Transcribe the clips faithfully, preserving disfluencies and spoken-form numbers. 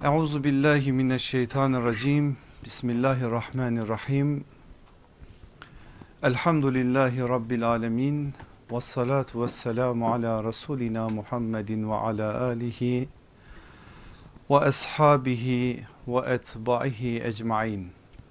Euzu billahi mineşşeytanirracim. Bismillahirrahmanirrahim. Elhamdülillahi rabbil alamin. Ves salatu vesselamu ala rasulina Muhammedin ve ala alihi ve ashabihi ve etbaihi ecmaîn.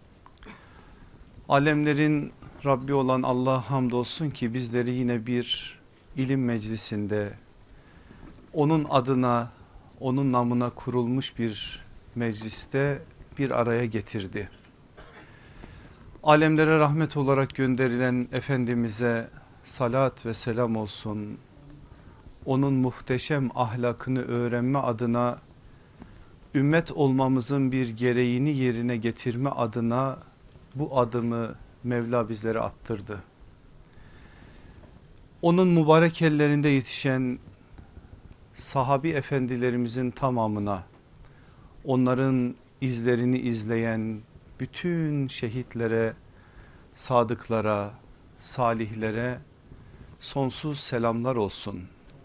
Alemlerin Rabbi olan Allah'a hamdolsun ki bizleri yine bir ilim meclisinde onun adına, onun namına kurulmuş bir mecliste bir araya getirdi. Alemlere rahmet olarak gönderilen Efendimiz'e salat ve selam olsun. Onun muhteşem ahlakını öğrenme adına, ümmet olmamızın bir gereğini yerine getirme adına bu adımı Mevla bizlere attırdı. Onun mübarek ellerinde yetişen sahabi efendilerimizin tamamına, onların izlerini izleyen bütün şehitlere, sadıklara, salihlere sonsuz selamlar olsun.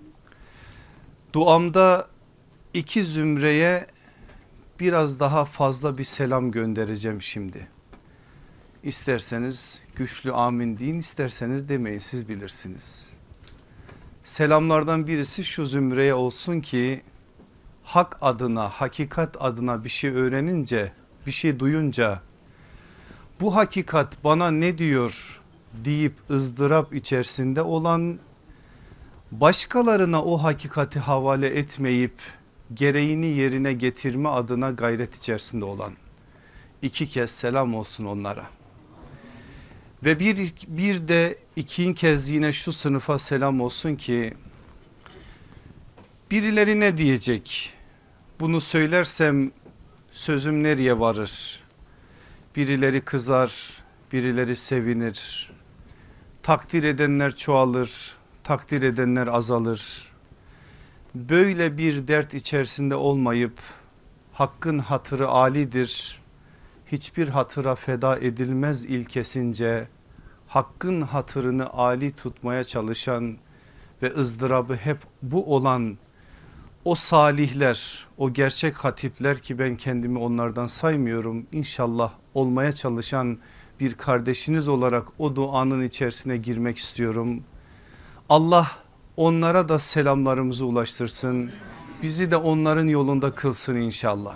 Duamda iki zümreye biraz daha fazla bir selam göndereceğim şimdi. İsterseniz güçlü amin deyin, isterseniz demeyin, siz bilirsiniz. Selamlardan birisi şu zümreye olsun ki hak adına, hakikat adına bir şey öğrenince, bir şey duyunca bu hakikat bana ne diyor deyip ızdırap içerisinde olan, başkalarına o hakikati havale etmeyip gereğini yerine getirme adına gayret içerisinde olan iki kez selam olsun onlara. Ve bir, bir de ikinci kez yine şu sınıfa selam olsun ki birileri ne diyecek? Bunu söylersem sözüm nereye varır? Birileri kızar, birileri sevinir. Takdir edenler çoğalır, takdir edenler azalır. Böyle bir dert içerisinde olmayıp hakkın hatırı âlidir, hiçbir hatıra feda edilmez ilkesince hakkın hatırını âli tutmaya çalışan ve ızdırabı hep bu olan o salihler, o gerçek hatipler ki ben kendimi onlardan saymıyorum, İnşallah olmaya çalışan bir kardeşiniz olarak o duanın içerisine girmek istiyorum. Allah onlara da selamlarımızı ulaştırsın, bizi de onların yolunda kılsın inşallah.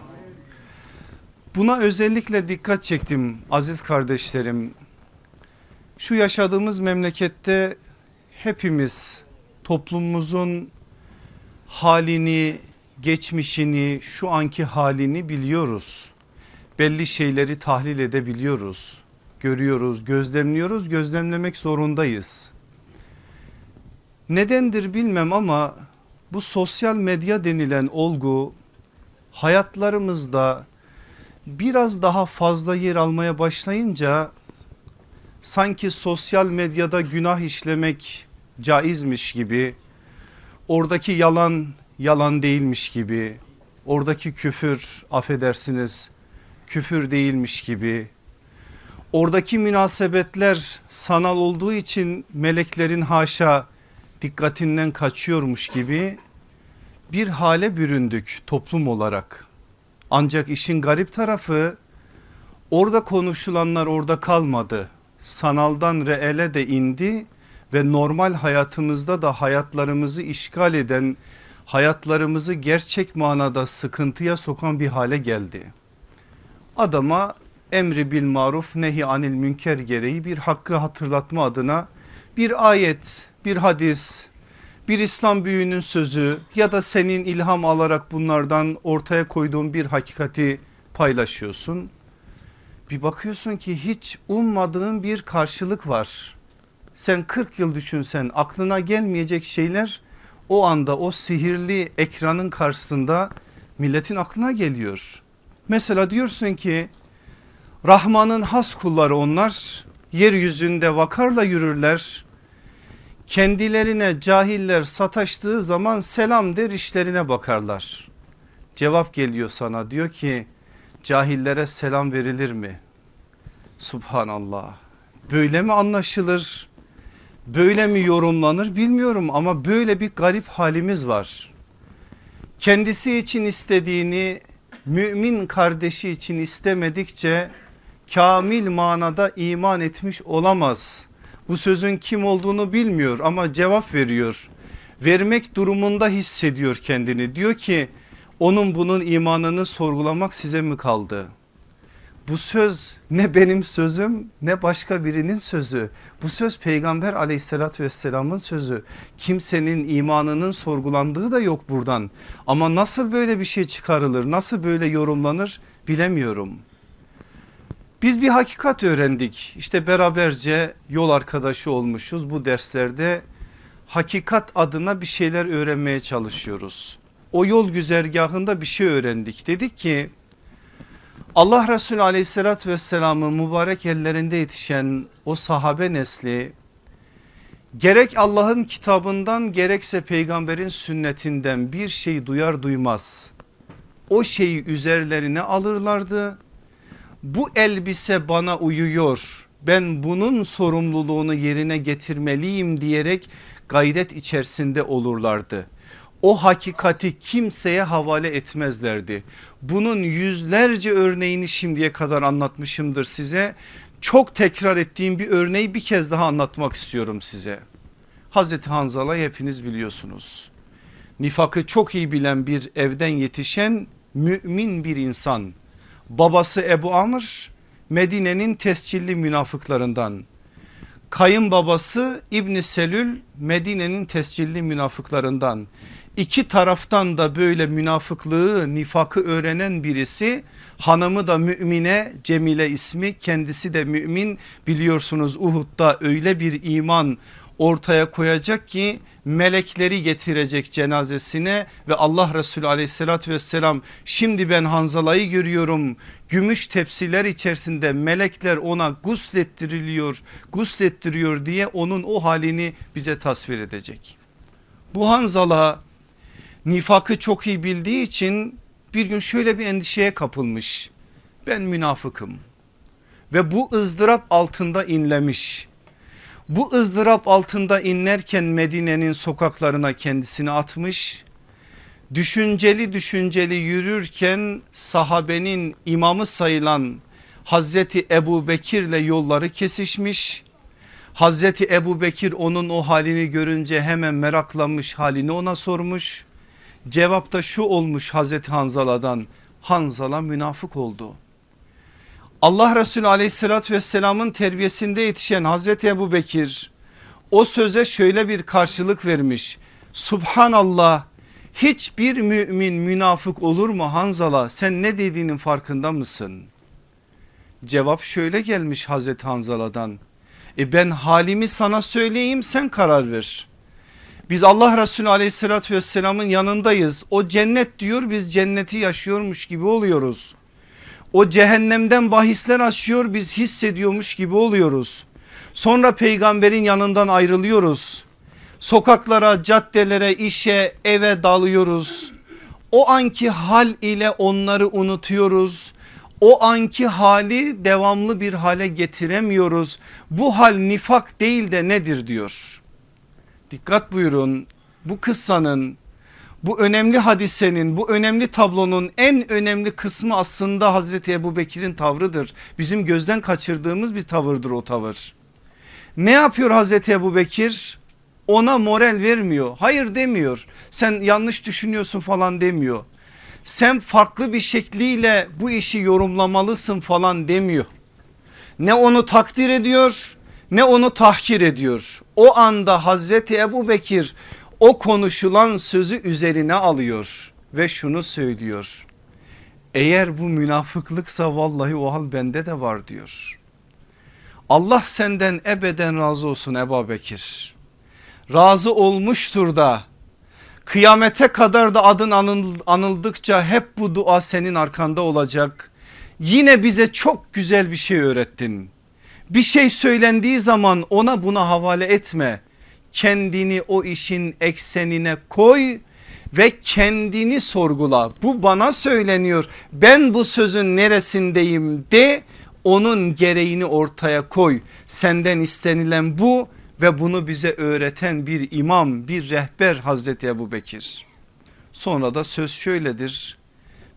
Buna özellikle dikkat çektim aziz kardeşlerim. Şu yaşadığımız memlekette hepimiz toplumumuzun halini, geçmişini, şu anki halini biliyoruz. Belli şeyleri tahlil edebiliyoruz. Görüyoruz, gözlemliyoruz, gözlemlemek zorundayız. Nedendir bilmem ama bu sosyal medya denilen olgu hayatlarımızda biraz daha fazla yer almaya başlayınca sanki sosyal medyada günah işlemek caizmiş gibi, oradaki yalan yalan değilmiş gibi, oradaki küfür affedersiniz küfür değilmiş gibi, oradaki münasebetler sanal olduğu için meleklerin haşa dikkatinden kaçıyormuş gibi bir hale büründük toplum olarak. Ancak işin garip tarafı orada konuşulanlar orada kalmadı. Sanaldan reele de indi ve normal hayatımızda da hayatlarımızı işgal eden, hayatlarımızı gerçek manada sıkıntıya sokan bir hale geldi. Adama emri bil maruf nehi anil münker gereği bir hakkı hatırlatma adına bir ayet, bir hadis, bir İslam büyüğünün sözü ya da senin ilham alarak bunlardan ortaya koyduğun bir hakikati paylaşıyorsun. Bir bakıyorsun ki hiç ummadığın bir karşılık var. Sen kırk yıl düşünsen aklına gelmeyecek şeyler o anda o sihirli ekranın karşısında milletin aklına geliyor. Mesela diyorsun ki Rahman'ın has kulları onlar, yeryüzünde vakarla yürürler. Kendilerine cahiller sataştığı zaman selam der, işlerine bakarlar. Cevap geliyor sana, diyor ki cahillere selam verilir mi? Subhanallah, böyle mi anlaşılır, böyle mi yorumlanır bilmiyorum ama böyle bir garip halimiz var. Kendisi için istediğini mümin kardeşi için istemedikçe kamil manada iman etmiş olamaz. Bu sözün kim olduğunu bilmiyor ama cevap veriyor. Vermek durumunda hissediyor kendini. Diyor ki onun bunun imanını sorgulamak size mi kaldı? Bu söz ne benim sözüm ne başka birinin sözü. Bu söz Peygamber aleyhissalatü vesselamın sözü. Kimsenin imanının sorgulandığı da yok buradan. Ama nasıl böyle bir şey çıkarılır, nasıl böyle yorumlanır bilemiyorum. Biz bir hakikat öğrendik. İşte beraberce yol arkadaşı olmuşuz bu derslerde. Hakikat adına bir şeyler öğrenmeye çalışıyoruz. O yol güzergahında bir şey öğrendik. Dedik ki Allah Resulü aleyhissalatü vesselamın mübarek ellerinde yetişen o sahabe nesli gerek Allah'ın kitabından gerekse peygamberin sünnetinden bir şey duyar duymaz o şeyi üzerlerine alırlardı. Bu elbise bana uyuyor, ben bunun sorumluluğunu yerine getirmeliyim diyerek gayret içerisinde olurlardı. O hakikati kimseye havale etmezlerdi. Bunun yüzlerce örneğini şimdiye kadar anlatmışımdır size. Çok tekrar ettiğim bir örneği bir kez daha anlatmak istiyorum size. Hazreti Hanzala'yı hepiniz biliyorsunuz. Nifakı çok iyi bilen bir evden yetişen mümin bir insan. Babası Ebu Amr Medine'nin tescilli münafıklarından. Kayınbabası İbn Selül Medine'nin tescilli münafıklarından. İki taraftan da böyle münafıklığı, nifakı öğrenen birisi. Hanımı da mümine, Cemile ismi, kendisi de mümin. Biliyorsunuz Uhud'da öyle bir iman ortaya koyacak ki melekleri getirecek cenazesine ve Allah Resulü aleyhissalatü vesselam şimdi ben Hanzala'yı görüyorum. Gümüş tepsiler içerisinde melekler ona guslettiriliyor, guslettiriyor diye onun o halini bize tasvir edecek. Bu Hanzala nifakı çok iyi bildiği için bir gün şöyle bir endişeye kapılmış. Ben münafıkım ve bu ızdırap altında inlemiş. Bu ızdırap altında inlerken Medine'nin sokaklarına kendisini atmış. Düşünceli düşünceli yürürken sahabenin imamı sayılan Hazreti Ebu Bekir'le yolları kesişmiş. Hazreti Ebu Bekir onun o halini görünce hemen meraklanmış, halini ona sormuş. Cevapta şu olmuş Hazreti Hanzala'dan: Hanzala münafık oldu. Allah Resulü aleyhissalatü vesselamın terbiyesinde yetişen Hazreti Ebu Bekir o söze şöyle bir karşılık vermiş: Subhanallah, hiçbir mümin münafık olur mu Hanzala, sen ne dediğinin farkında mısın? Cevap şöyle gelmiş Hazreti Hanzala'dan: E ben halimi sana söyleyeyim, sen karar ver. Biz Allah Resulü aleyhissalatü vesselamın yanındayız. O cennet diyor, biz cenneti yaşıyormuş gibi oluyoruz. O cehennemden bahisler açıyor, biz hissediyormuş gibi oluyoruz. Sonra peygamberin yanından ayrılıyoruz. Sokaklara, caddelere, işe, eve dalıyoruz. O anki hal ile onları unutuyoruz. O anki hali devamlı bir hale getiremiyoruz. Bu hal nifak değil de nedir diyor. Dikkat buyurun, bu kıssanın, bu önemli hadisenin, bu önemli tablonun en önemli kısmı aslında Hazreti Ebu Bekir'in tavrıdır. Bizim gözden kaçırdığımız bir tavırdır o tavır. Ne yapıyor Hazreti Ebu Bekir? Ona moral vermiyor, hayır demiyor, sen yanlış düşünüyorsun falan demiyor. Sen farklı bir şekliyle bu işi yorumlamalısın falan demiyor. Ne onu takdir ediyor ne onu tahkir ediyor. O anda Hazreti Ebu Bekir o konuşulan sözü üzerine alıyor ve şunu söylüyor: eğer bu münafıklıksa vallahi o hal bende de var diyor. Allah senden ebeden razı olsun Ebu Bekir. Razı olmuştur da kıyamete kadar da adın anıldıkça hep bu dua senin arkanda olacak. Yine bize çok güzel bir şey öğrettin. Bir şey söylendiği zaman ona buna havale etme. Kendini o işin eksenine koy ve kendini sorgula. Bu bana söyleniyor, ben bu sözün neresindeyim de onun gereğini ortaya koy. Senden istenilen bu ve bunu bize öğreten bir imam, bir rehber Hazreti Ebu Bekir. Sonra da söz şöyledir: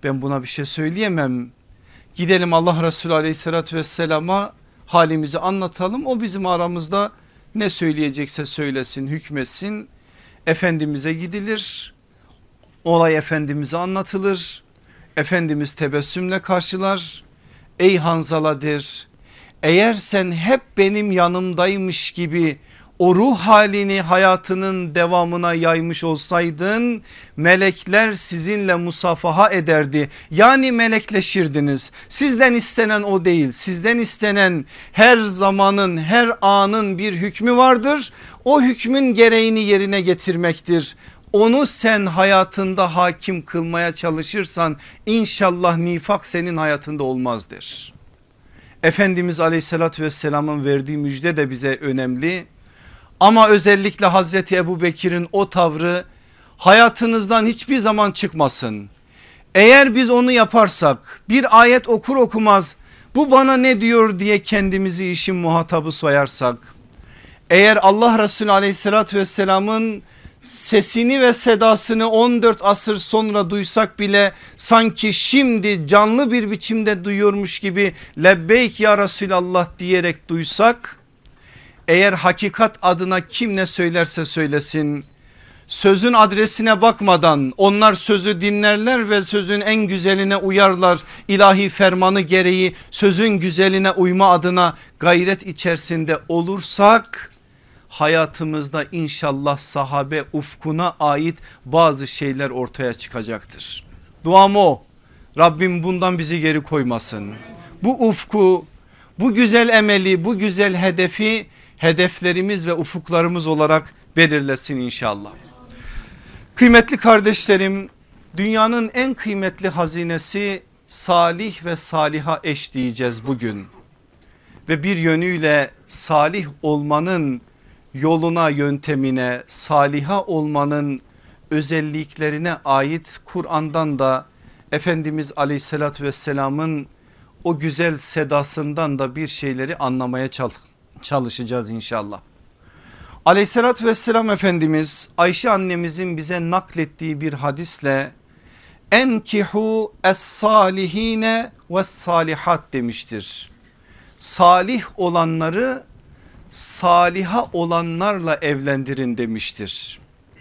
ben buna bir şey söyleyemem. Gidelim Allah Resulü aleyhissalatü vesselama halimizi anlatalım. O bizim aramızda ne söyleyecekse söylesin, hükmetsin. Efendimiz'e gidilir. Olay Efendimiz'e anlatılır. Efendimiz tebessümle karşılar. Ey Hanzala der, eğer sen hep benim yanımdaymış gibi o ruh halini hayatının devamına yaymış olsaydın melekler sizinle musafaha ederdi. Yani melekleşirdiniz. Sizden istenen o değil. Sizden istenen her zamanın, her anın bir hükmü vardır. O hükmün gereğini yerine getirmektir. Onu sen hayatında hakim kılmaya çalışırsan inşallah nifak senin hayatında olmazdır. Efendimiz aleyhissalatü vesselamın verdiği müjde de bize önemli. Ama özellikle Hazreti Ebubekir'in o tavrı hayatınızdan hiçbir zaman çıkmasın. Eğer biz onu yaparsak, bir ayet okur okumaz bu bana ne diyor diye kendimizi işin muhatabı sayarsak, eğer Allah Resulü aleyhissalatü vesselamın sesini ve sedasını on dört asır sonra duysak bile sanki şimdi canlı bir biçimde duyuyormuş gibi lebbeyk ya Resulallah diyerek duysak, eğer hakikat adına kim ne söylerse söylesin sözün adresine bakmadan onlar sözü dinlerler ve sözün en güzeline uyarlar. İlahi fermanı gereği sözün güzeline uyma adına gayret içerisinde olursak hayatımızda inşallah sahabe ufkuna ait bazı şeyler ortaya çıkacaktır. Duam o, Rabbim bundan bizi geri koymasın. Bu ufku, bu güzel emeli, bu güzel hedefi hedeflerimiz ve ufuklarımız olarak belirlesin inşallah. Kıymetli kardeşlerim, dünyanın en kıymetli hazinesi salih ve saliha eş diyeceğiz bugün. Ve bir yönüyle salih olmanın yoluna, yöntemine, saliha olmanın özelliklerine ait Kur'an'dan da Efendimiz aleyhissalatü vesselamın o güzel sedasından da bir şeyleri anlamaya çalışacağız inşallah. Aleyhissalatü vesselam Efendimiz Ayşe annemizin bize naklettiği bir hadisle enkihu es salihine ve salihat demiştir. Salih olanları saliha olanlarla evlendirin demiştir.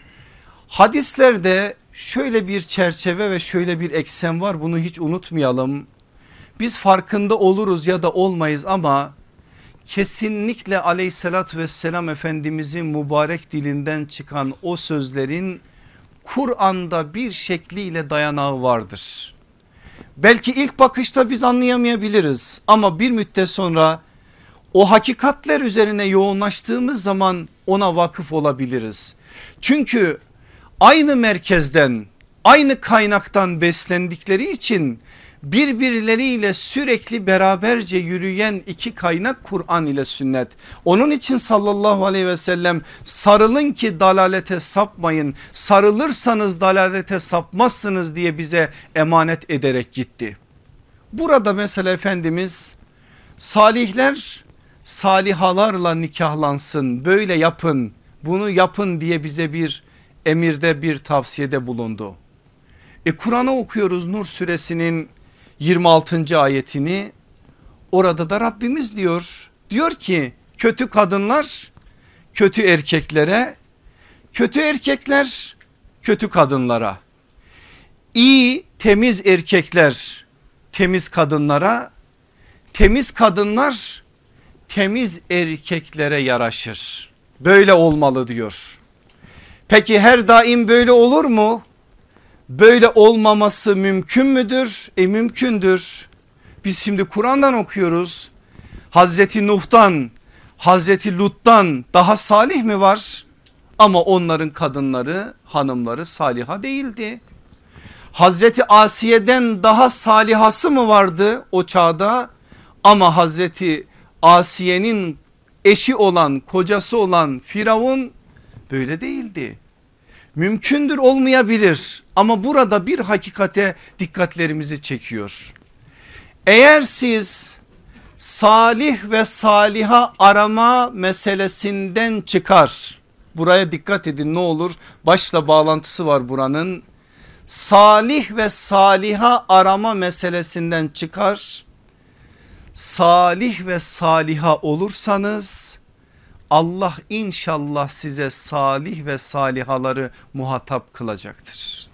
Hadislerde şöyle bir çerçeve ve şöyle bir eksen var, bunu hiç unutmayalım. Biz farkında oluruz ya da olmayız ama kesinlikle aleyhissalatü vesselam Efendimizin mübarek dilinden çıkan o sözlerin Kur'an'da bir şekliyle dayanağı vardır. Belki ilk bakışta biz anlayamayabiliriz ama bir müddet sonra o hakikatler üzerine yoğunlaştığımız zaman ona vakıf olabiliriz. Çünkü aynı merkezden, aynı kaynaktan beslendikleri için birbirleriyle sürekli beraberce yürüyen iki kaynak Kur'an ile sünnet. Onun için sallallahu aleyhi ve sellem sarılın ki dalalete sapmayın, sarılırsanız dalalete sapmazsınız diye bize emanet ederek gitti. Burada mesela Efendimiz salihler salihalarla nikahlansın, böyle yapın, bunu yapın diye bize bir emirde, bir tavsiyede bulundu. E Kur'an'ı okuyoruz, Nur suresinin yirmi altıncı ayetini, orada da Rabbimiz diyor diyor ki kötü kadınlar kötü erkeklere, kötü erkekler kötü kadınlara, iyi temiz erkekler temiz kadınlara, temiz kadınlar temiz erkeklere yaraşır. Böyle olmalı diyor. Peki her daim böyle olur mu? Böyle olmaması mümkün müdür? E mümkündür. Biz şimdi Kur'an'dan okuyoruz. Hazreti Nuh'tan, Hazreti Lut'tan daha salih mi var? Ama onların kadınları, hanımları saliha değildi. Hazreti Asiye'den daha salihası mı vardı o çağda? Ama Hazreti Asiye'nin eşi olan, kocası olan Firavun böyle değildi. Mümkündür, olmayabilir ama burada bir hakikate dikkatlerimizi çekiyor. Eğer siz salih ve saliha arama meselesinden çıkar, buraya dikkat edin ne olur, başla bağlantısı var buranın. salih ve saliha arama meselesinden çıkar. Salih ve saliha olursanız Allah inşallah size salih ve salihaları muhatap kılacaktır.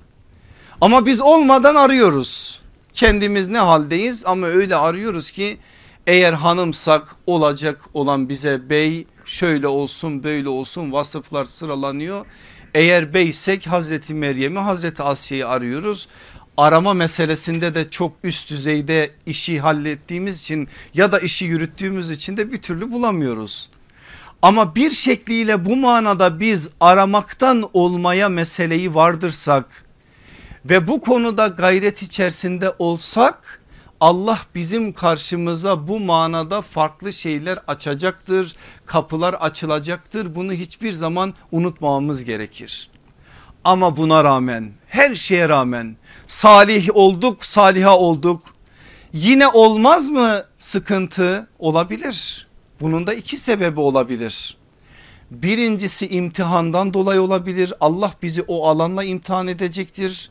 Ama biz olmadan arıyoruz. Kendimiz ne haldeyiz ama öyle arıyoruz ki eğer hanımsak olacak olan bize bey, şöyle olsun böyle olsun vasıflar sıralanıyor. Eğer beysek Hazreti Meryem'i, Hazreti Asya'yı arıyoruz. Arama meselesinde de çok üst düzeyde işi hallettiğimiz için ya da işi yürüttüğümüz için de bir türlü bulamıyoruz. Ama bir şekliyle bu manada biz aramaktan olmaya meseleyi vardırsak ve bu konuda gayret içerisinde olsak Allah bizim karşımıza bu manada farklı şeyler açacaktır, kapılar açılacaktır. Bunu hiçbir zaman unutmamamız gerekir. Ama buna rağmen, her şeye rağmen salih olduk, saliha olduk. Yine olmaz mı sıkıntı? Olabilir. Bunun da iki sebebi olabilir. Birincisi imtihandan dolayı olabilir. Allah bizi o alanla imtihan edecektir.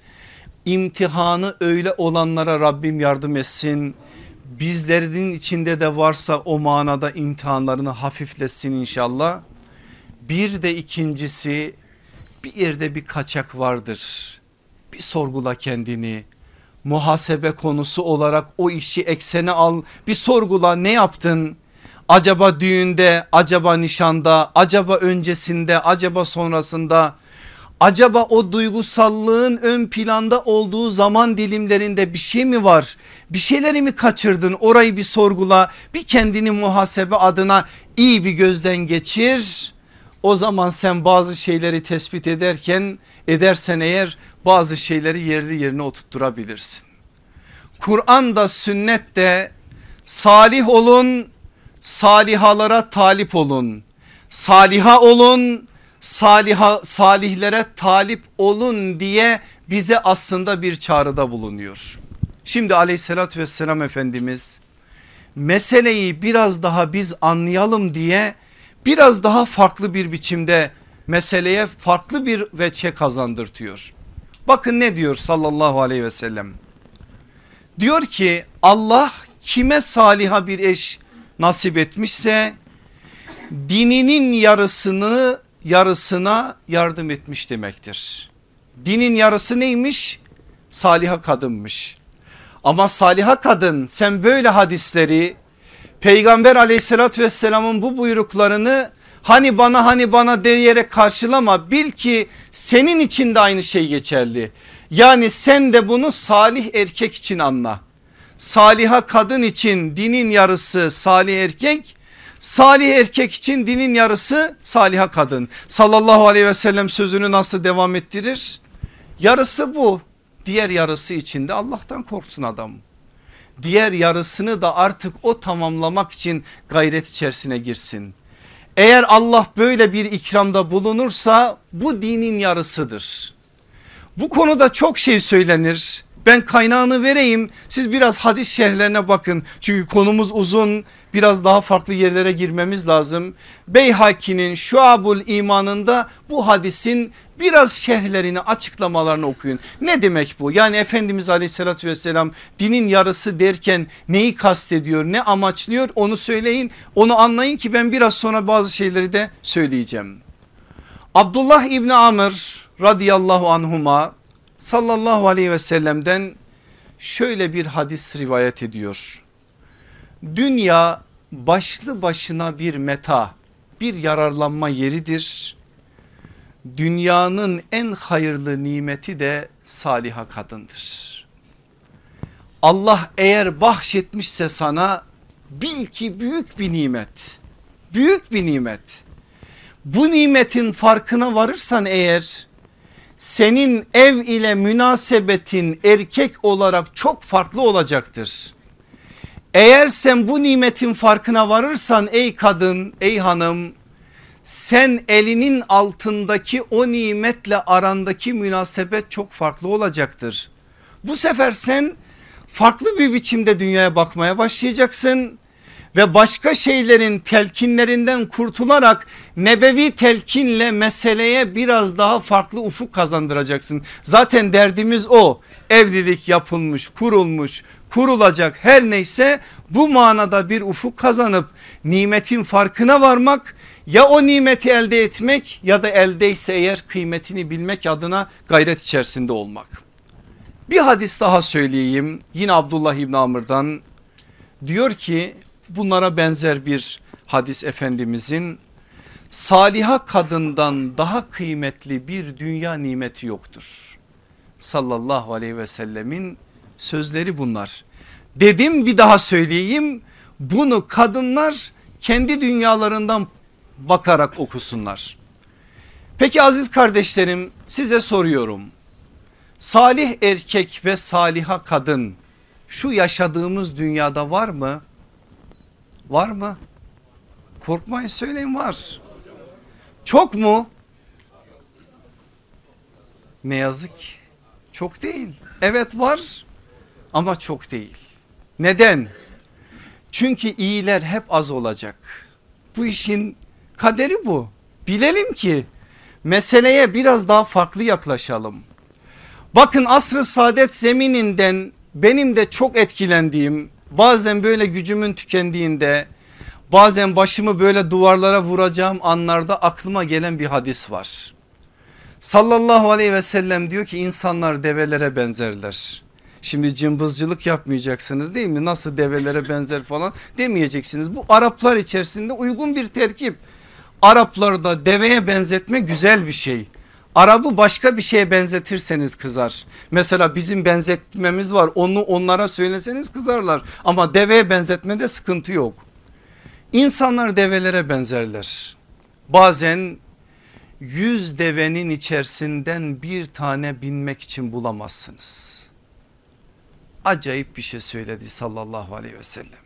İmtihanı öyle olanlara Rabbim yardım etsin. Bizlerin içinde de varsa o manada imtihanlarını hafifletsin inşallah. Bir de ikincisi, bir yerde bir kaçak vardır. Bir sorgula kendini. Muhasebe konusu olarak o işi eksene al. Bir sorgula, ne yaptın? Acaba düğünde, acaba nişanda, acaba öncesinde, acaba sonrasında, acaba o duygusallığın ön planda olduğu zaman dilimlerinde bir şey mi var? Bir şeyleri mi kaçırdın? Orayı bir sorgula, bir kendini muhasebe adına iyi bir gözden geçir. O zaman sen bazı şeyleri tespit ederken edersen eğer bazı şeyleri yerli yerine oturtturabilirsin. Kur'an'da, sünnette salih olun, salihalara talip olun, saliha olun, saliha, salihlere talip olun diye bize aslında bir çağrıda bulunuyor. Şimdi aleyhissalatü vesselam Efendimiz meseleyi biraz daha biz anlayalım diye biraz daha farklı bir biçimde meseleye farklı bir veçhe kazandırtıyor. Bakın ne diyor sallallahu aleyhi ve sellem. Diyor ki Allah kime saliha bir eş nasip etmişse dininin yarısını yarısına yardım etmiş demektir. Dinin yarısı neymiş? Saliha kadınmış. Ama saliha kadın sen böyle hadisleri, Peygamber aleyhissalatü vesselamın bu buyruklarını hani bana hani bana diyerek karşılama, bil ki senin için de aynı şey geçerli. Yani sen de bunu salih erkek için anla. Saliha kadın için dinin yarısı salih erkek, salih erkek için dinin yarısı saliha kadın. Sallallahu aleyhi ve sellem sözünü nasıl devam ettirir? Yarısı bu, diğer yarısı için de Allah'tan korksun adam. Diğer yarısını da artık o tamamlamak için gayret içerisine girsin. Eğer Allah böyle bir ikramda bulunursa bu dinin yarısıdır. Bu konuda çok şey söylenir. Ben kaynağını vereyim, siz biraz hadis şerhlerine bakın. Çünkü konumuz uzun, biraz daha farklı yerlere girmemiz lazım. Beyhaki'nin Şuabul İman'ında bu hadisin biraz şerhlerini, açıklamalarını okuyun. Ne demek bu? Yani Efendimiz aleyhissalatü vesselam dinin yarısı derken neyi kastediyor, ne amaçlıyor, onu söyleyin. Onu anlayın ki ben biraz sonra bazı şeyleri de söyleyeceğim. Abdullah İbni Amr radıyallahu anhuma sallallahu aleyhi ve sellem'den şöyle bir hadis rivayet ediyor. Dünya başlı başına bir meta, bir yararlanma yeridir. Dünyanın en hayırlı nimeti de saliha kadındır. Allah eğer bahşetmişse sana, bil ki büyük bir nimet, büyük bir nimet. Bu nimetin farkına varırsan eğer, senin ev ile münasebetin erkek olarak çok farklı olacaktır. Eğer sen bu nimetin farkına varırsan ey kadın, ey hanım, sen elinin altındaki o nimetle arandaki münasebet çok farklı olacaktır. Bu sefer sen farklı bir biçimde dünyaya bakmaya başlayacaksın ve başka şeylerin telkinlerinden kurtularak nebevi telkinle meseleye biraz daha farklı ufuk kazandıracaksın. Zaten derdimiz o. Evlilik yapılmış, kurulmuş, kurulacak, her neyse bu manada bir ufuk kazanıp nimetin farkına varmak, ya o nimeti elde etmek ya da eldeyse eğer kıymetini bilmek adına gayret içerisinde olmak. Bir hadis daha söyleyeyim, yine Abdullah İbni Amr'dan, diyor ki bunlara benzer bir hadis Efendimizin, saliha kadından daha kıymetli bir dünya nimeti yoktur. Sallallahu aleyhi ve sellemin sözleri bunlar. Dedim, bir daha söyleyeyim, bunu kadınlar kendi dünyalarından bakarak okusunlar. Peki aziz kardeşlerim, size soruyorum. Salih erkek ve saliha kadın şu yaşadığımız dünyada var mı? Var mı? Korkmayın, söyleyin, var. Çok mu? Ne yazık ki çok değil. Evet var ama çok değil. Neden? Çünkü iyiler hep az olacak. Bu işin kaderi bu. Bilelim ki meseleye biraz daha farklı yaklaşalım. Bakın asr-ı saadet zemininden benim de çok etkilendiğim, bazen böyle gücümün tükendiğinde, bazen başımı böyle duvarlara vuracağım anlarda aklıma gelen bir hadis var. Sallallahu aleyhi ve sellem diyor ki insanlar develere benzerler. Şimdi cımbızcılık yapmayacaksınız değil mi? Nasıl develere benzer falan demeyeceksiniz. Bu Araplar içerisinde uygun bir terkip. Araplarda deveye benzetme güzel bir şey. Arabı başka bir şeye benzetirseniz kızar. Mesela bizim benzetmemiz var, onu onlara söyleseniz kızarlar. Ama deveye benzetmede sıkıntı yok. İnsanlar develere benzerler. Bazen yüz devenin içerisinden bir tane binmek için bulamazsınız. Acayip bir şey söyledi sallallahu aleyhi ve sellem.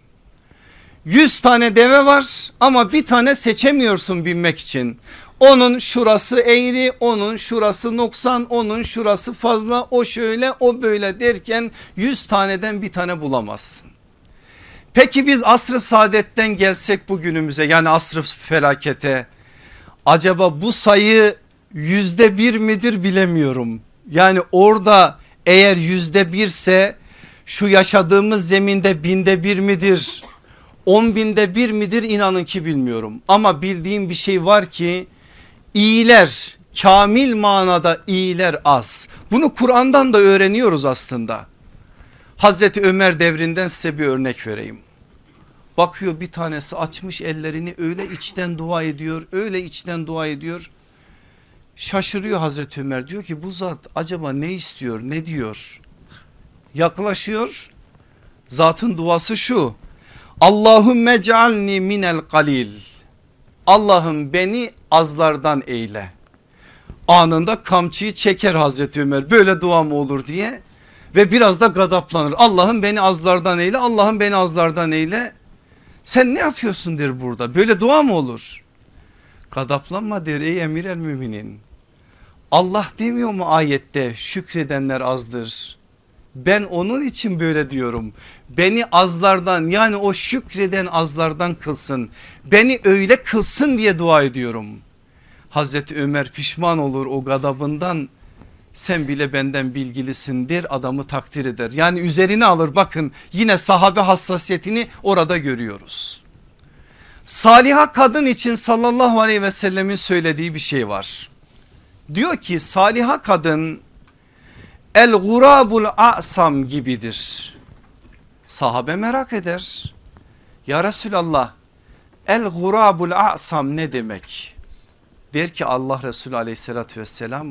Yüz tane deve var ama bir tane seçemiyorsun binmek için. Onun şurası eğri, onun şurası noksan, onun şurası fazla, o şöyle, o böyle derken yüz taneden bir tane bulamazsın. Peki biz asr-ı saadetten gelsek bugünümüze, yani asr-ı felakete, acaba bu sayı yüzde bir midir bilemiyorum. Yani orada eğer yüzde birse şu yaşadığımız zeminde binde bir midir? On binde bir midir, inanın ki bilmiyorum. Ama bildiğim bir şey var ki iyiler, kamil manada iyiler az. Bunu Kur'an'dan da öğreniyoruz aslında. Hazreti Ömer devrinden size bir örnek vereyim. Bakıyor bir tanesi açmış ellerini, öyle içten dua ediyor, öyle içten dua ediyor. Şaşırıyor Hazreti Ömer, diyor ki bu zat acaba ne istiyor, ne diyor? Yaklaşıyor, zatın duası şu: Allahümme cealni minel kalil. Allah'ım beni azlardan eyle. Anında kamçıyı çeker Hazreti Ömer, böyle dua mı olur diye, ve biraz da gadaplanır. Allah'ım beni azlardan eyle, Allah'ım beni azlardan eyle. Sen ne yapıyorsun der burada, böyle dua mı olur? Gadaplanma der ey emir el müminin. Allah demiyor mu ayette şükredenler azdır? Ben onun için böyle diyorum. Beni azlardan, yani o şükreden azlardan kılsın. Beni öyle kılsın diye dua ediyorum. Hazreti Ömer pişman olur o gadabından. Sen bile benden bilgilisin der, adamı takdir eder. Yani üzerine alır. Bakın yine sahabe hassasiyetini orada görüyoruz. Saliha kadın için sallallahu aleyhi ve sellemin söylediği bir şey var. Diyor ki saliha kadın el gurabul a'sam gibidir. Sahabe merak eder. Ya Resulallah, el gurabul a'sam ne demek? Der ki Allah Resulü aleyhissalatü vesselam,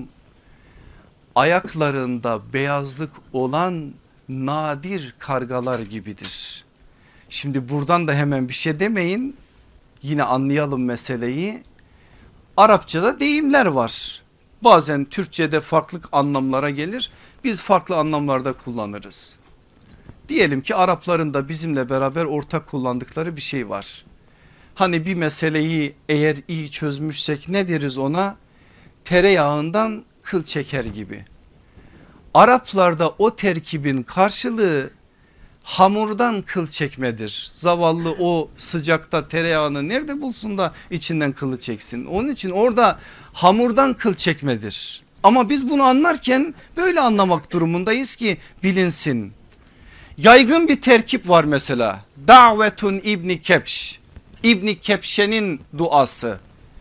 ayaklarında beyazlık olan nadir kargalar gibidir. Şimdi buradan da hemen bir şey demeyin, yine anlayalım meseleyi. Arapçada deyimler var. Bazen Türkçe'de farklı anlamlara gelir. Biz farklı anlamlarda kullanırız. Diyelim ki Arapların da bizimle beraber ortak kullandıkları bir şey var. Hani bir meseleyi eğer iyi çözmüşsek ne deriz ona? Tereyağından kıl çeker gibi. Araplarda o terkibin karşılığı hamurdan kıl çekmedir. Zavallı o sıcakta tereyağını nerede bulsun da içinden kılı çeksin. Onun için orada hamurdan kıl çekmedir. Ama biz bunu anlarken böyle anlamak durumundayız ki bilinsin. Yaygın bir terkip var mesela. Davetun İbni Kebş. İbni Kebşe'nin duası.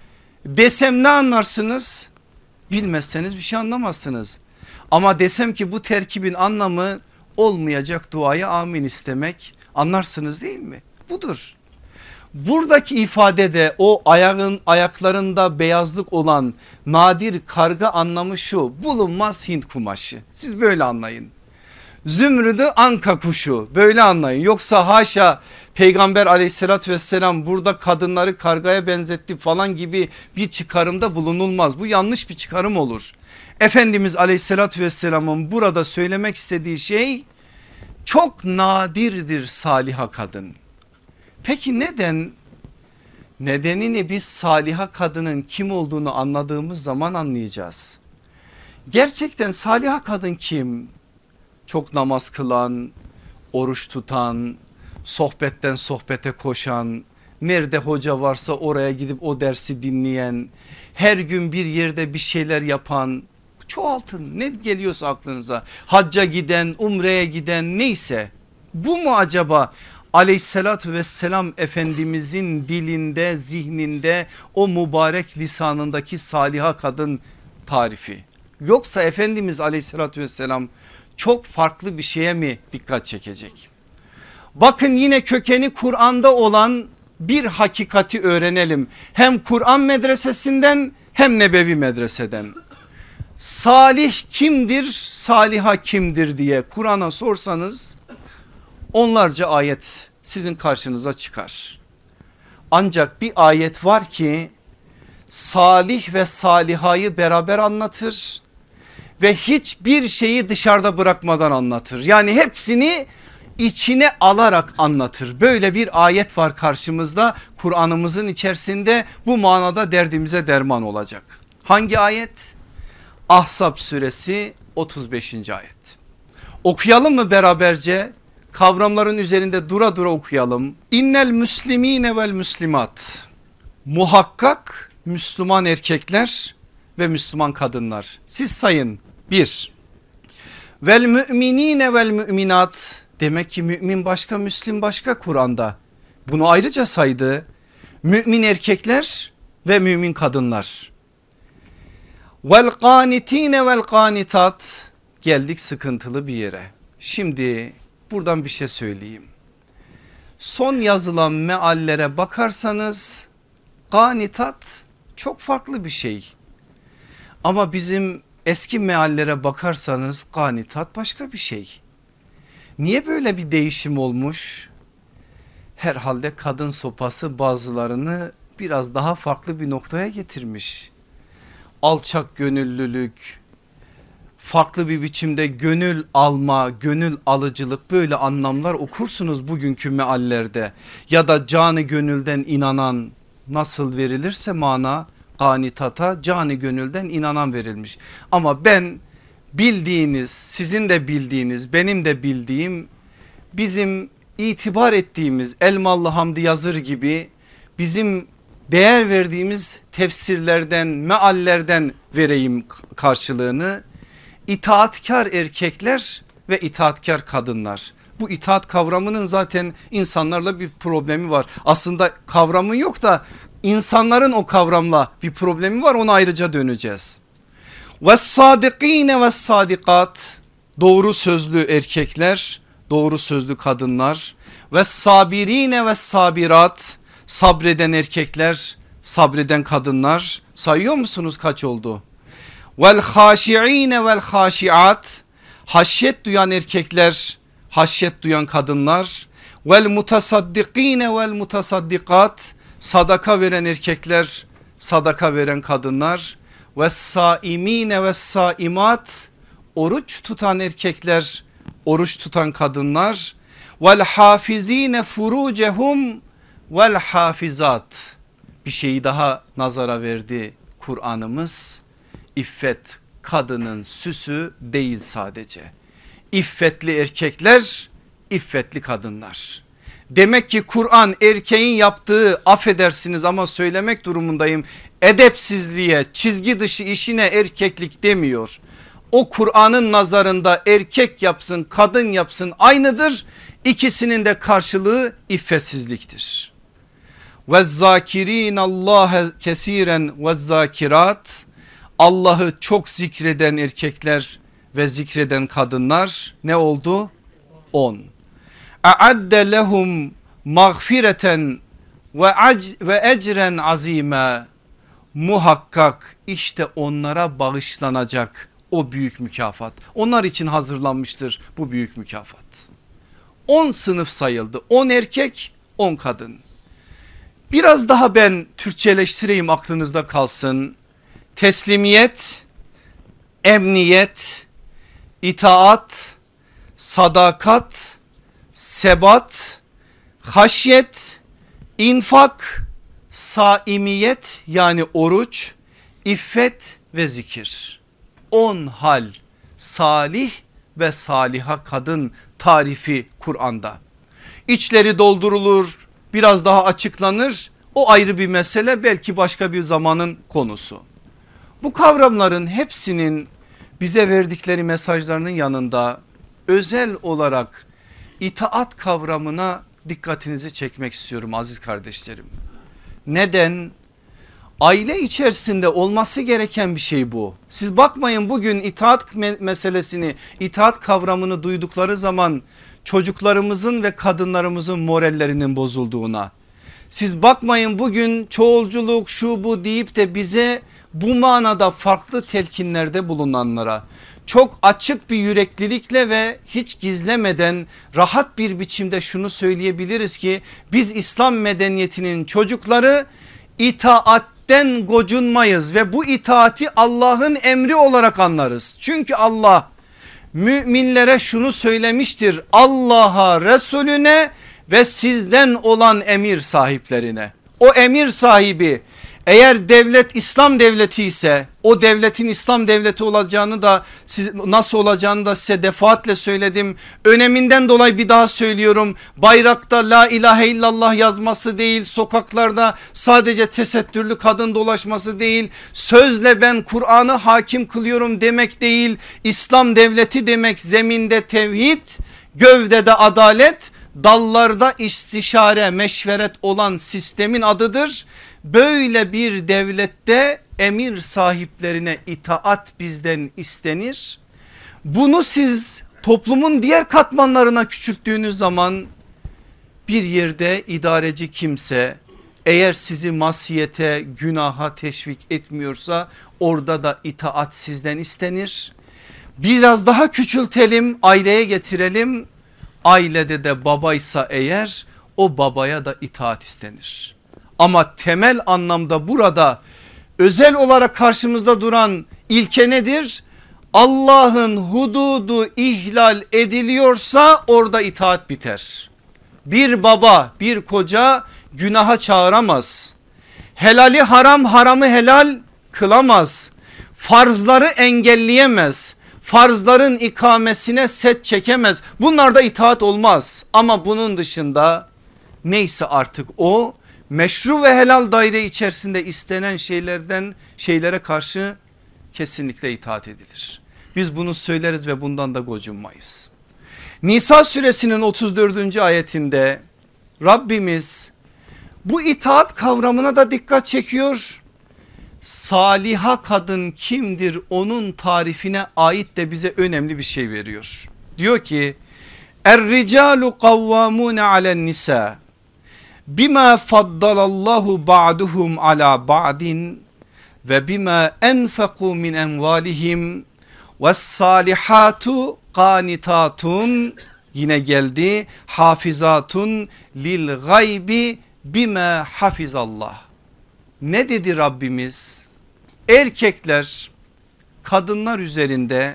Desem ne anlarsınız? Bilmezseniz bir şey anlamazsınız. Ama desem ki bu terkibin anlamı olmayacak duaya amin istemek, anlarsınız değil mi? Budur. Buradaki ifadede o ayağın ayaklarında beyazlık olan nadir karga anlamı şu: bulunmaz Hint kumaşı. Siz böyle anlayın. Zümrüdü anka kuşu, böyle anlayın. Yoksa haşa Peygamber aleyhissalatü vesselam burada kadınları kargaya benzetti falan gibi bir çıkarımda bulunulmaz. Bu yanlış bir çıkarım olur. Efendimiz aleyhissalatü vesselamın burada söylemek istediği şey çok nadirdir saliha kadın. Peki neden? Nedenini biz saliha kadının kim olduğunu anladığımız zaman anlayacağız. Gerçekten saliha kadın kim? Çok namaz kılan, oruç tutan, sohbetten sohbete koşan, nerede hoca varsa oraya gidip o dersi dinleyen, her gün bir yerde bir şeyler yapan, çoğaltın ne geliyorsa aklınıza, hacca giden, umreye giden, neyse. Bu mu acaba aleyhissalatü vesselam Efendimizin dilinde, zihninde, o mübarek lisanındaki saliha kadın tarifi? Yoksa Efendimiz aleyhissalatü vesselam çok farklı bir şeye mi dikkat çekecek? Bakın yine kökeni Kur'an'da olan bir hakikati öğrenelim. Hem Kur'an medresesinden hem Nebevi medreseden. Salih kimdir, saliha kimdir diye Kur'an'a sorsanız onlarca ayet sizin karşınıza çıkar. Ancak bir ayet var ki salih ve salihayı beraber anlatır ve hiçbir şeyi dışarıda bırakmadan anlatır. Yani hepsini içine alarak anlatır. Böyle bir ayet var karşımızda Kur'an'ımızın içerisinde, bu manada derdimize derman olacak. Hangi ayet? Ahzab suresi otuz beşinci ayet. Okuyalım mı beraberce? Kavramların üzerinde dura dura okuyalım. İnnel müslimine vel müslimat. Muhakkak Müslüman erkekler ve Müslüman kadınlar. Siz sayın. Bir. Vel müminine vel müminat. Demek ki mümin başka, Müslim başka Kur'an'da. Bunu ayrıca saydı. Mümin erkekler ve mümin kadınlar. Vel kanitine vel kanitat. Geldik sıkıntılı bir yere. Şimdi buradan bir şey söyleyeyim. Son yazılan meallere bakarsanız kanitat çok farklı bir şey. Ama bizim eski meallere bakarsanız kanitat başka bir şey. Niye böyle bir değişim olmuş? Herhalde kadın sopası bazılarını biraz daha farklı bir noktaya getirmiş. Alçak gönüllülük, farklı bir biçimde gönül alma, gönül alıcılık, böyle anlamlar okursunuz bugünkü meallerde. Ya da canı gönülden inanan, nasıl verilirse mana kanitata canı gönülden inanan verilmiş. Ama ben bildiğiniz, sizin de bildiğiniz, benim de bildiğim, bizim itibar ettiğimiz Elmalı Hamdi Yazır gibi bizim değer verdiğimiz tefsirlerden, meallerden vereyim karşılığını. İtaatkar erkekler ve itaatkar kadınlar. Bu itaat kavramının zaten insanlarla bir problemi var. Aslında kavramı yok da insanların o kavramla bir problemi var, ona ayrıca döneceğiz. Ve sadikine ve sadikat, doğru sözlü erkekler, doğru sözlü kadınlar. Ve sabirine ve sabirat, sabreden erkekler, sabreden kadınlar. Sayıyor musunuz kaç oldu? Vel haşiine vel haşiat, haşyet duyan erkekler, haşyet duyan kadınlar. Vel mutasaddikine vel mutasaddikat, sadaka veren erkekler, sadaka veren kadınlar. Ve saimine ve saimat, oruç tutan erkekler, oruç tutan kadınlar. Vel hafizine furucehum vel hafizat. Bir şeyi daha nazara verdi Kur'an'ımız. İffet kadının süsü değil sadece. İffetli erkekler İffetli kadınlar. Demek ki Kur'an erkeğin yaptığı, affedersiniz ama söylemek durumundayım, edepsizliğe, çizgi dışı işine erkeklik demiyor. O Kur'an'ın nazarında erkek yapsın kadın yapsın aynıdır. İkisinin de karşılığı iffetsizliktir. Ve zakirin Allah'e kesiren ve zakirat, Allah'ı çok zikreden erkekler ve zikreden kadınlar ne oldu? on. A'adde lehum mağfireten ve ecren azime, muhakkak işte onlara bağışlanacak o büyük mükafat. Onlar için hazırlanmıştır bu büyük mükafat. on sınıf sayıldı, on erkek on kadın. Biraz daha ben Türkçeleştireyim, aklınızda kalsın. Teslimiyet, emniyet, itaat, sadakat, sebat, haşyet, infak, saimiyet yani oruç, iffet ve zikir. on hal salih ve saliha kadın tarifi Kur'an'da. İçleri doldurulur, biraz daha açıklanır, o ayrı bir mesele, belki başka bir zamanın konusu. Bu kavramların hepsinin bize verdikleri mesajlarının yanında özel olarak itaat kavramına dikkatinizi çekmek istiyorum aziz kardeşlerim. Neden? Aile içerisinde olması gereken bir şey bu. Siz bakmayın bugün itaat meselesini, itaat kavramını duydukları zaman çocuklarımızın ve kadınlarımızın morallerinin bozulduğuna. Siz bakmayın bugün çoğulculuk şu bu deyip de bize bu manada farklı telkinlerde bulunanlara. Çok açık bir yüreklilikle ve hiç gizlemeden rahat bir biçimde şunu söyleyebiliriz ki biz İslam medeniyetinin çocukları, itaatten gocunmayız ve bu itaati Allah'ın emri olarak anlarız. Çünkü Allah müminlere şunu söylemiştir: Allah'a, Resulüne ve sizden olan emir sahiplerine. O emir sahibi eğer devlet İslam devleti ise o devletin İslam devleti olacağını da siz, nasıl olacağını da size defaatle söyledim. Öneminden dolayı bir daha söylüyorum. Bayrakta la ilahe illallah yazması değil, sokaklarda sadece tesettürlü kadın dolaşması değil, sözle ben Kur'an'ı hakim kılıyorum demek değil. İslam devleti demek zeminde tevhid, gövdede adalet, dallarda istişare, meşveret olan sistemin adıdır. Böyle bir devlette emir sahiplerine itaat bizden istenir. Bunu siz toplumun diğer katmanlarına küçülttüğünüz zaman bir yerde idareci kimse eğer sizi masiyete, günaha teşvik etmiyorsa orada da itaat sizden istenir. Biraz daha küçültelim, aileye getirelim. Ailede de babaysa eğer o babaya da itaat istenir. Ama temel anlamda burada özel olarak karşımızda duran ilke nedir? Allah'ın hududu ihlal ediliyorsa orada itaat biter. Bir baba, bir koca günaha çağıramaz. Helali haram, haramı helal kılamaz. Farzları engelleyemez. Farzların ikamesine set çekemez. Bunlarda itaat olmaz. Ama bunun dışında neyse artık o meşru ve helal daire içerisinde istenen şeylerden şeylere karşı kesinlikle itaat edilir. Biz bunu söyleriz ve bundan da gocunmayız. Nisa suresinin otuz dördüncü ayetinde Rabbimiz bu itaat kavramına da dikkat çekiyor. Saliha kadın kimdir onun tarifine ait de bize önemli bir şey veriyor. Diyor ki Er-ricalu kavvamune alen nisa bima faddalallahu ba'duhum ala ba'din ve bima enfaku min envalihim ve salihatu qanitatun, yine geldi hafizatun lil gaybi bima hafizallah. Ne dedi Rabbimiz? Erkekler kadınlar üzerinde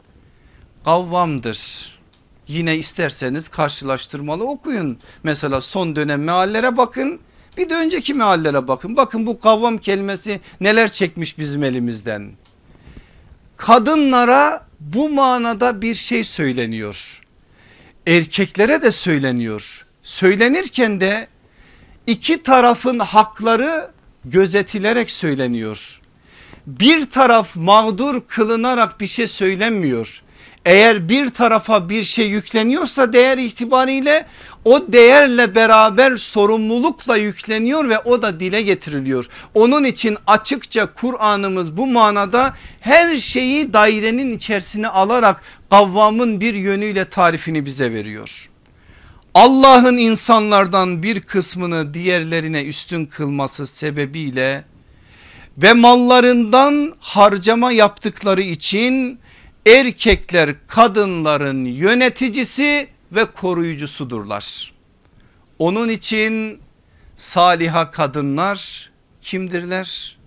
kavvamdır. Yine isterseniz karşılaştırmalı okuyun. Mesela son dönem meallere bakın, bir de önceki meallere bakın. Bakın bu kavvam kelimesi neler çekmiş bizim elimizden. Kadınlara bu manada bir şey söyleniyor. erkeklere de söyleniyor. Söylenirken de iki tarafın hakları gözetilerek söyleniyor. Bir taraf mağdur kılınarak bir şey söylenmiyor. Eğer bir tarafa bir şey yükleniyorsa değer itibariyle o değerle beraber sorumlulukla yükleniyor ve o da dile getiriliyor. Onun için açıkça Kur'an'ımız bu manada her şeyi dairenin içerisine alarak Kavvam'ın bir yönüyle tarifini bize veriyor. Allah'ın insanlardan bir kısmını diğerlerine üstün kılması sebebiyle ve mallarından harcama yaptıkları için erkekler kadınların yöneticisi ve koruyucusudurlar. Onun için saliha kadınlar kimdirler?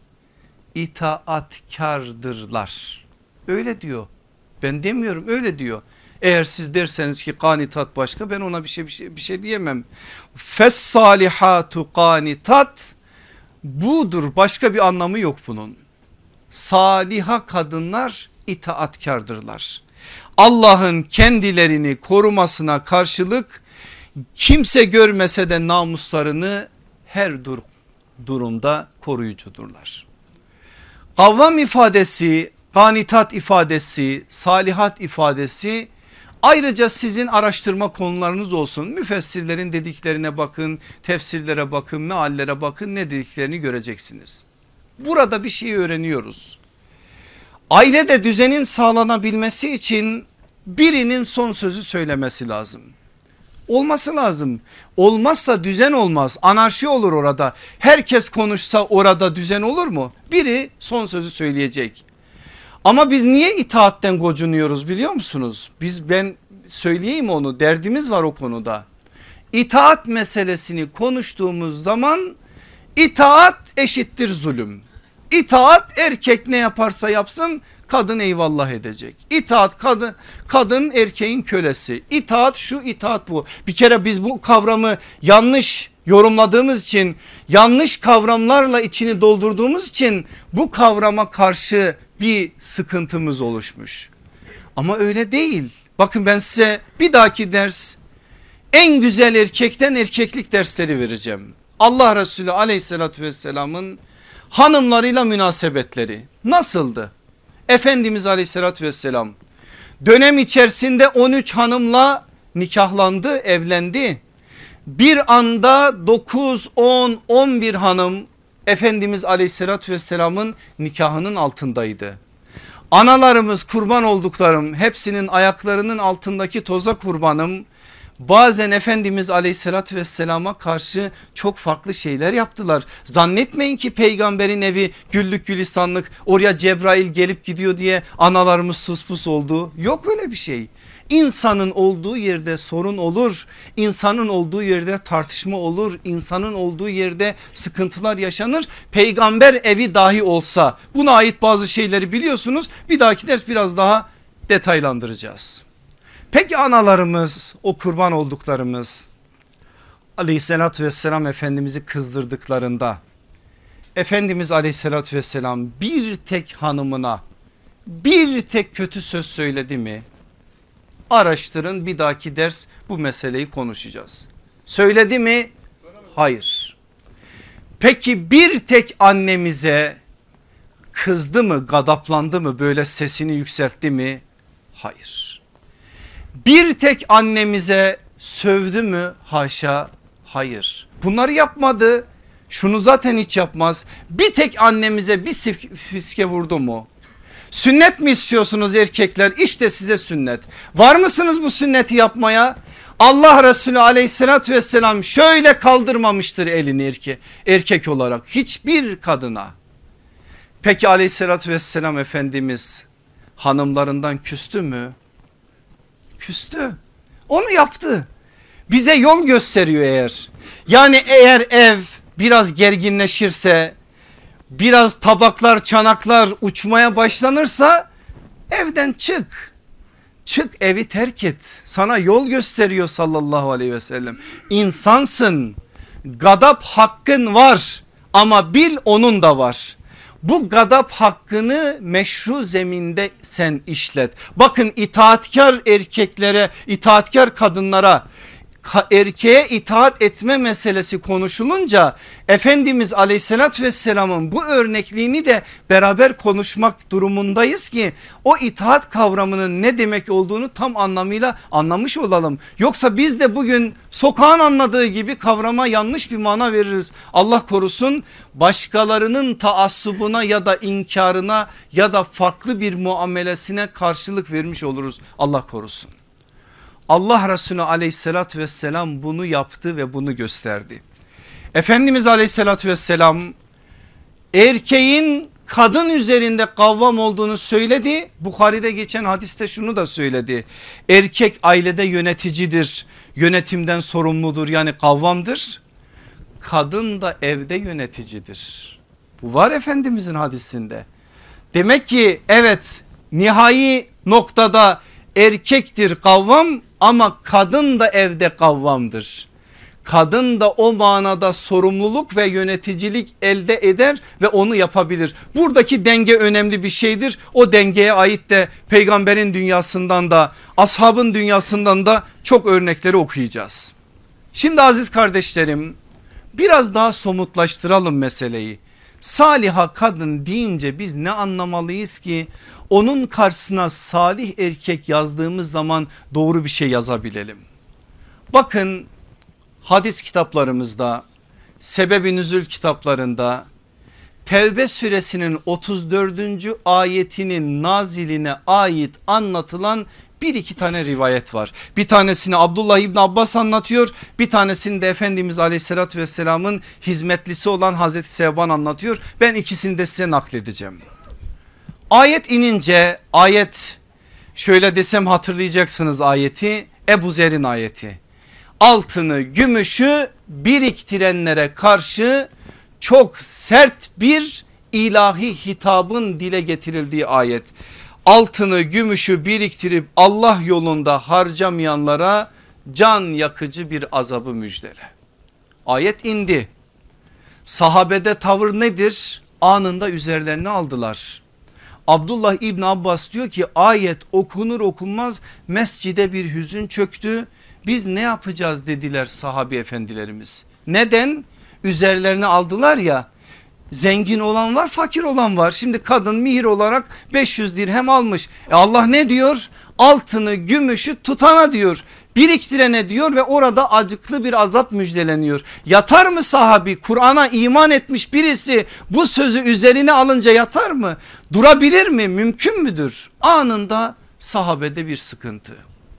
İtaatkardırlar. Öyle diyor. Ben demiyorum, öyle diyor. Eğer siz derseniz ki kanitat başka, ben ona bir şey bir şey, bir şey diyemem. Fes salihatu kanitat budur, başka bir anlamı yok bunun. Saliha kadınlar itaatkardırlar. Allah'ın kendilerini korumasına karşılık kimse görmese de namuslarını her dur durumda koruyucudurlar. Kavvam ifadesi, kanitat ifadesi, salihat ifadesi ayrıca sizin araştırma konularınız olsun. Müfessirlerin dediklerine bakın, tefsirlere bakın, meallere bakın, ne dediklerini göreceksiniz. Burada bir şey öğreniyoruz. Ailede düzenin sağlanabilmesi için birinin son sözü söylemesi lazım. Olması lazım. Olmazsa düzen olmaz. Anarşi olur orada. Herkes konuşsa orada düzen olur mu? Biri son sözü söyleyecek. Ama biz niye itaatten gocunuyoruz biliyor musunuz? Biz, ben söyleyeyim onu, derdimiz var o konuda. İtaat meselesini konuştuğumuz zaman itaat eşittir zulüm. İtaat erkek ne yaparsa yapsın kadın eyvallah edecek. İtaat kadın, kadın erkeğin kölesi. İtaat şu, itaat bu. Bir kere biz bu kavramı yanlış yorumladığımız için, yanlış kavramlarla içini doldurduğumuz için bu kavrama karşı bir sıkıntımız oluşmuş. Ama öyle değil. Bakın ben size bir dahaki ders en güzel erkekten erkeklik dersleri vereceğim. Allah Resulü aleyhissalatü vesselamın hanımlarıyla münasebetleri nasıldı? Efendimiz aleyhissalatü vesselam dönem içerisinde on üç hanımla nikahlandı, evlendi. Bir anda dokuz, on, on bir hanım Efendimiz aleyhissalatü vesselamın nikahının altındaydı. Analarımız, kurban olduklarım, hepsinin ayaklarının altındaki toza kurbanım. Bazen Efendimiz aleyhissalatü vesselama karşı çok farklı şeyler yaptılar. Zannetmeyin ki peygamberin evi güllük gülistanlık, oraya Cebrail gelip gidiyor diye analarımız suspus oldu. Yok öyle bir şey. İnsanın olduğu yerde sorun olur. İnsanın olduğu yerde tartışma olur. İnsanın olduğu yerde sıkıntılar yaşanır. Peygamber evi dahi olsa buna ait bazı şeyleri biliyorsunuz. Bir dahaki ders biraz daha detaylandıracağız. Peki analarımız, o kurban olduklarımız aleyhissalatü vesselam Efendimiz'i kızdırdıklarında Efendimiz aleyhissalatü vesselam bir tek hanımına bir tek kötü söz söyledi mi? Araştırın, bir dahaki ders bu meseleyi konuşacağız. Söyledi mi? Hayır. Peki bir tek annemize kızdı mı, gadaplandı mı, böyle sesini yükseltti mi? Hayır. Bir tek annemize sövdü mü? Haşa, hayır. Bunları yapmadı. Şunu zaten hiç yapmaz. Bir tek annemize bir fiske vurdu mu? Sünnet mi istiyorsunuz erkekler? İşte size sünnet. Var mısınız bu sünneti yapmaya? Allah Resulü aleyhissalatü vesselam şöyle kaldırmamıştır elini erke, erkek olarak hiçbir kadına. Peki aleyhissalatü vesselam Efendimiz hanımlarından küstü mü? Küstü. Onu yaptı. Bize yol gösteriyor eğer. Yani eğer ev biraz gerginleşirse, biraz tabaklar çanaklar uçmaya başlanırsa evden çık. Çık, evi terk et. Sana yol gösteriyor sallallahu aleyhi ve sellem. İnsansın, gadap hakkın var ama bil onun da var. Bu gadap hakkını meşru zeminde sen işlet. Bakın itaatkar erkeklere, itaatkar kadınlara, erkeğe itaat etme meselesi konuşulunca Efendimiz aleyhissalatü vesselamın bu örnekliğini de beraber konuşmak durumundayız ki o itaat kavramının ne demek olduğunu tam anlamıyla anlamış olalım. Yoksa biz de bugün sokağın anladığı gibi kavrama yanlış bir mana veririz. Allah korusun, başkalarının taassubuna ya da inkarına ya da farklı bir muamelesine karşılık vermiş oluruz. Allah korusun. Allah Resulü aleyhissalatü vesselam bunu yaptı ve bunu gösterdi. Efendimiz aleyhissalatü vesselam erkeğin kadın üzerinde kavvam olduğunu söyledi. Bukhari'de geçen hadiste şunu da söyledi. Erkek ailede yöneticidir, yönetimden sorumludur, yani kavvamdır. Kadın da evde yöneticidir. Bu var Efendimizin hadisinde. Demek ki evet, nihai noktada erkektir kavvam ama kadın da evde kavvamdır. Kadın da o manada sorumluluk ve yöneticilik elde eder ve onu yapabilir. Buradaki denge önemli bir şeydir. O dengeye ait de peygamberin dünyasından da ashabın dünyasından da çok örnekleri okuyacağız. Şimdi aziz kardeşlerim, biraz daha somutlaştıralım meseleyi. Saliha kadın deyince biz ne anlamalıyız ki onun karşısına salih erkek yazdığımız zaman doğru bir şey yazabilelim. Bakın hadis kitaplarımızda, sebeb-i nüzul kitaplarında Tevbe suresinin otuz dördüncü ayetinin naziline ait anlatılan bir iki tane rivayet var. Bir tanesini Abdullah İbni Abbas anlatıyor, bir tanesini de Efendimiz aleyhissalatü vesselamın hizmetlisi olan Hazreti Sevban anlatıyor. Ben ikisini de size nakledeceğim. Ayet inince, ayet şöyle desem hatırlayacaksınız ayeti, Ebu Zer'in ayeti. Altını gümüşü biriktirenlere karşı çok sert bir ilahi hitabın dile getirildiği ayet. Altını gümüşü biriktirip Allah yolunda harcamayanlara can yakıcı bir azabı müjdele. Ayet indi. Sahabede tavır nedir? Anında üzerlerine aldılar. Abdullah İbni Abbas diyor ki ayet okunur okunmaz mescide bir hüzün çöktü. Biz ne yapacağız dediler sahabi efendilerimiz. Neden? Üzerlerine aldılar ya, zengin olan var, fakir olan var. Şimdi kadın mihir olarak beş yüz dirhem almış. E Allah ne diyor? Altını gümüşü tutana diyor, biriktirene diyor ve orada acıklı bir azap müjdeleniyor. Yatar mı sahabi? Kur'an'a iman etmiş birisi bu sözü üzerine alınca yatar mı? Durabilir mi? Mümkün müdür? Anında sahabede bir sıkıntı.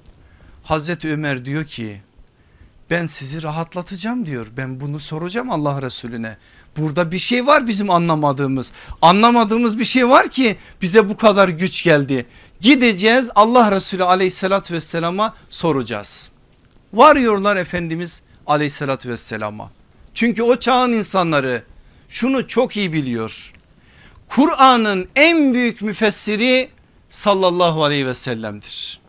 Hazreti Ömer diyor ki ben sizi rahatlatacağım diyor. Ben bunu soracağım Allah Resulüne. Burada bir şey var bizim anlamadığımız. Anlamadığımız bir şey var ki bize bu kadar güç geldi. Gideceğiz Allah Resulü aleyhissalatü vesselama soracağız. Varıyorlar Efendimiz aleyhissalatü vesselama. Çünkü o çağın insanları şunu çok iyi biliyor. Kur'an'ın en büyük müfessiri sallallahu aleyhi ve sellem'dir.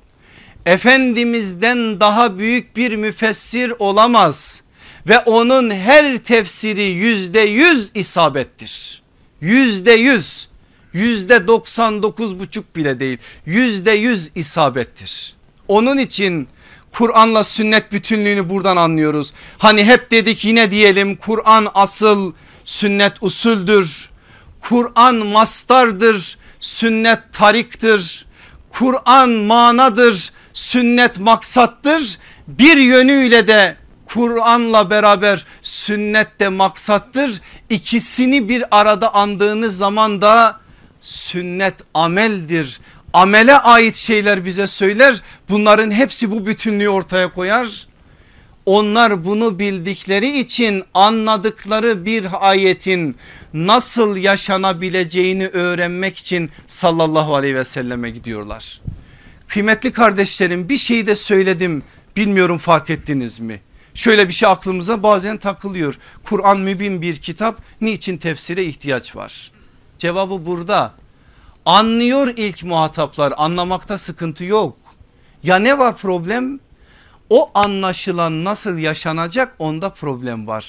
Efendimiz'den daha büyük bir müfessir olamaz ve onun her tefsiri yüzde yüz isabettir. Yüzde yüz, yüzde doksan dokuz buçuk bile değil, yüzde yüz isabettir. Onun için Kur'an'la sünnet bütünlüğünü buradan anlıyoruz. Hani hep dedik, yine diyelim, Kur'an asıl, sünnet usuldür. Kur'an mastardır, sünnet tariktir. Kur'an manadır, sünnet maksattır. Bir yönüyle de Kur'an'la beraber sünnet de maksattır. İkisini bir arada andığınız zaman da sünnet ameldir. Amele ait şeyler bize söyler. Bunların hepsi bu bütünlüğü ortaya koyar. Onlar bunu bildikleri için anladıkları bir ayetin nasıl yaşanabileceğini öğrenmek için sallallahu aleyhi ve selleme gidiyorlar. Kıymetli kardeşlerim, bir şey de söyledim, bilmiyorum fark ettiniz mi? Şöyle bir şey aklımıza bazen takılıyor. Kur'an mübin bir kitap, niçin tefsire ihtiyaç var? Cevabı burada. Anlıyor ilk muhataplar, anlamakta sıkıntı yok. Ya ne var problem? O anlaşılan nasıl yaşanacak, onda problem var.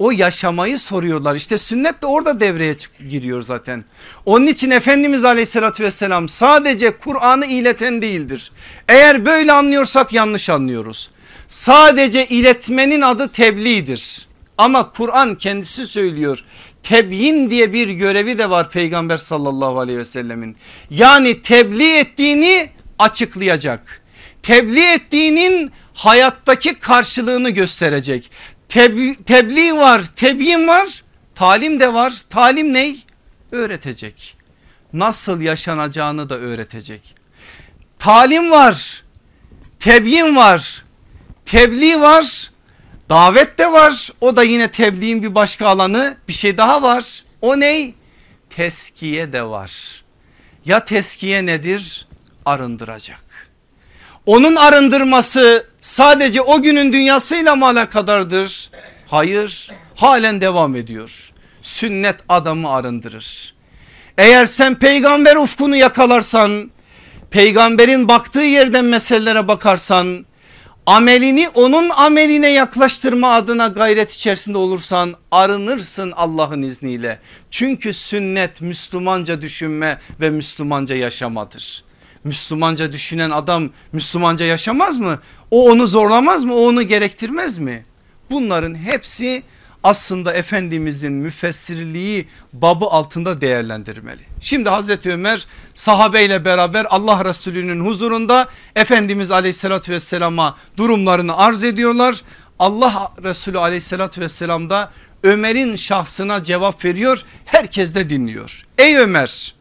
O yaşamayı soruyorlar. İşte sünnet de orada devreye giriyor zaten. Onun için Efendimiz aleyhissalatü vesselam sadece Kur'an'ı ileten değildir. Eğer böyle anlıyorsak yanlış anlıyoruz. Sadece iletmenin adı tebliğdir. Ama Kur'an kendisi söylüyor. Tebyin diye bir görevi de var Peygamber sallallahu aleyhi ve sellemin. Yani tebliğ ettiğini açıklayacak. Tebliğ ettiğinin hayattaki karşılığını gösterecek. Tebliğ, tebliğ var, tebyin var, talim de var. Talim ne? Öğretecek. Nasıl yaşanacağını da öğretecek. Talim var, tebyin var, tebliğ var, davet de var. O da yine tebliğin bir başka alanı. Bir şey daha var. O ne? Teskiye de var. Ya teskiye nedir? Arındıracak. Onun arındırması sadece o günün dünyasıyla mı alakadardır? Hayır, halen devam ediyor. Sünnet adamı arındırır. Eğer sen peygamber ufkunu yakalarsan, peygamberin baktığı yerden meselelere bakarsan, amelini onun ameline yaklaştırma adına gayret içerisinde olursan arınırsın Allah'ın izniyle. Çünkü sünnet Müslümanca düşünme ve Müslümanca yaşamadır. Müslümanca düşünen adam Müslümanca yaşamaz mı? O onu zorlamaz mı? O onu gerektirmez mi? Bunların hepsi aslında Efendimizin müfessirliği babı altında değerlendirmeli. Şimdi Hazreti Ömer sahabeyle beraber Allah Resulü'nün huzurunda Efendimiz aleyhissalatü vesselama durumlarını arz ediyorlar. Allah Resulü aleyhissalatü vesselam da Ömer'in şahsına cevap veriyor. Herkes de dinliyor. Ey Ömer,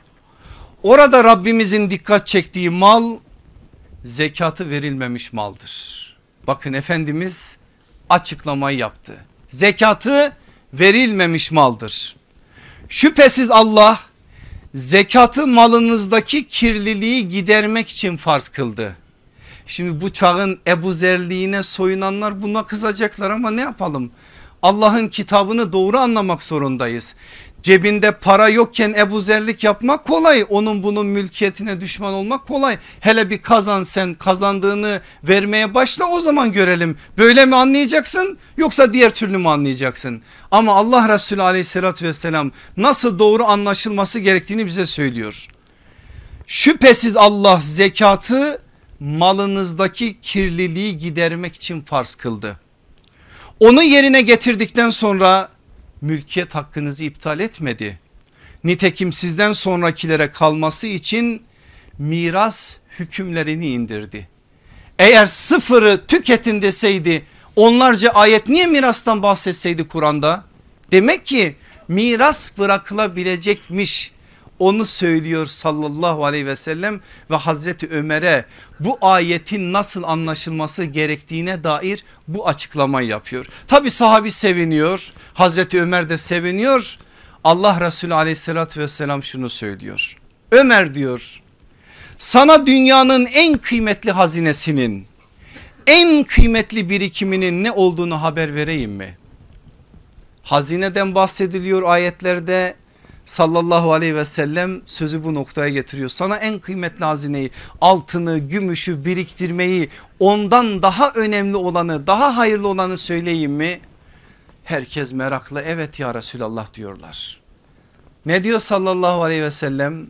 orada Rabbimizin dikkat çektiği mal zekatı verilmemiş maldır. Bakın Efendimiz açıklamayı yaptı. Zekatı verilmemiş maldır. Şüphesiz Allah zekatı malınızdaki kirliliği gidermek için farz kıldı. Şimdi bu çağın Ebu Zerliğine soyunanlar buna kızacaklar ama ne yapalım? Allah'ın kitabını doğru anlamak zorundayız. Cebinde para yokken Ebu Zerlik yapmak kolay. Onun bunun mülkiyetine düşman olmak kolay. Hele bir kazan, sen kazandığını vermeye başla, o zaman görelim. Böyle mi anlayacaksın yoksa diğer türlü mü anlayacaksın? Ama Allah Resulü aleyhissalatü vesselam nasıl doğru anlaşılması gerektiğini bize söylüyor. Şüphesiz Allah zekatı malınızdaki kirliliği gidermek için farz kıldı. Onu yerine getirdikten sonra mülkiyet hakkınızı iptal etmedi. Nitekim sizden sonrakilere kalması için miras hükümlerini indirdi. Eğer sıfırı tüketin deseydi onlarca ayet niye mirastan bahsetseydi Kur'an'da? Demek ki miras bırakılabilecekmiş. Onu söylüyor sallallahu aleyhi ve sellem ve Hazreti Ömer'e bu ayetin nasıl anlaşılması gerektiğine dair bu açıklamayı yapıyor. Tabi sahabi seviniyor, Hazreti Ömer de seviniyor. Allah Resulü aleyhissalatü vesselam şunu söylüyor. Ömer diyor, sana dünyanın en kıymetli hazinesinin, en kıymetli birikiminin ne olduğunu haber vereyim mi? Hazineden bahsediliyor ayetlerde. Sallallahu aleyhi ve sellem sözü bu noktaya getiriyor. Sana en kıymetli hazineyi, altını, gümüşü biriktirmeyi, ondan daha önemli olanı, daha hayırlı olanı söyleyeyim mi? Herkes merakla evet ya Resulallah diyorlar. Ne diyor sallallahu aleyhi ve sellem?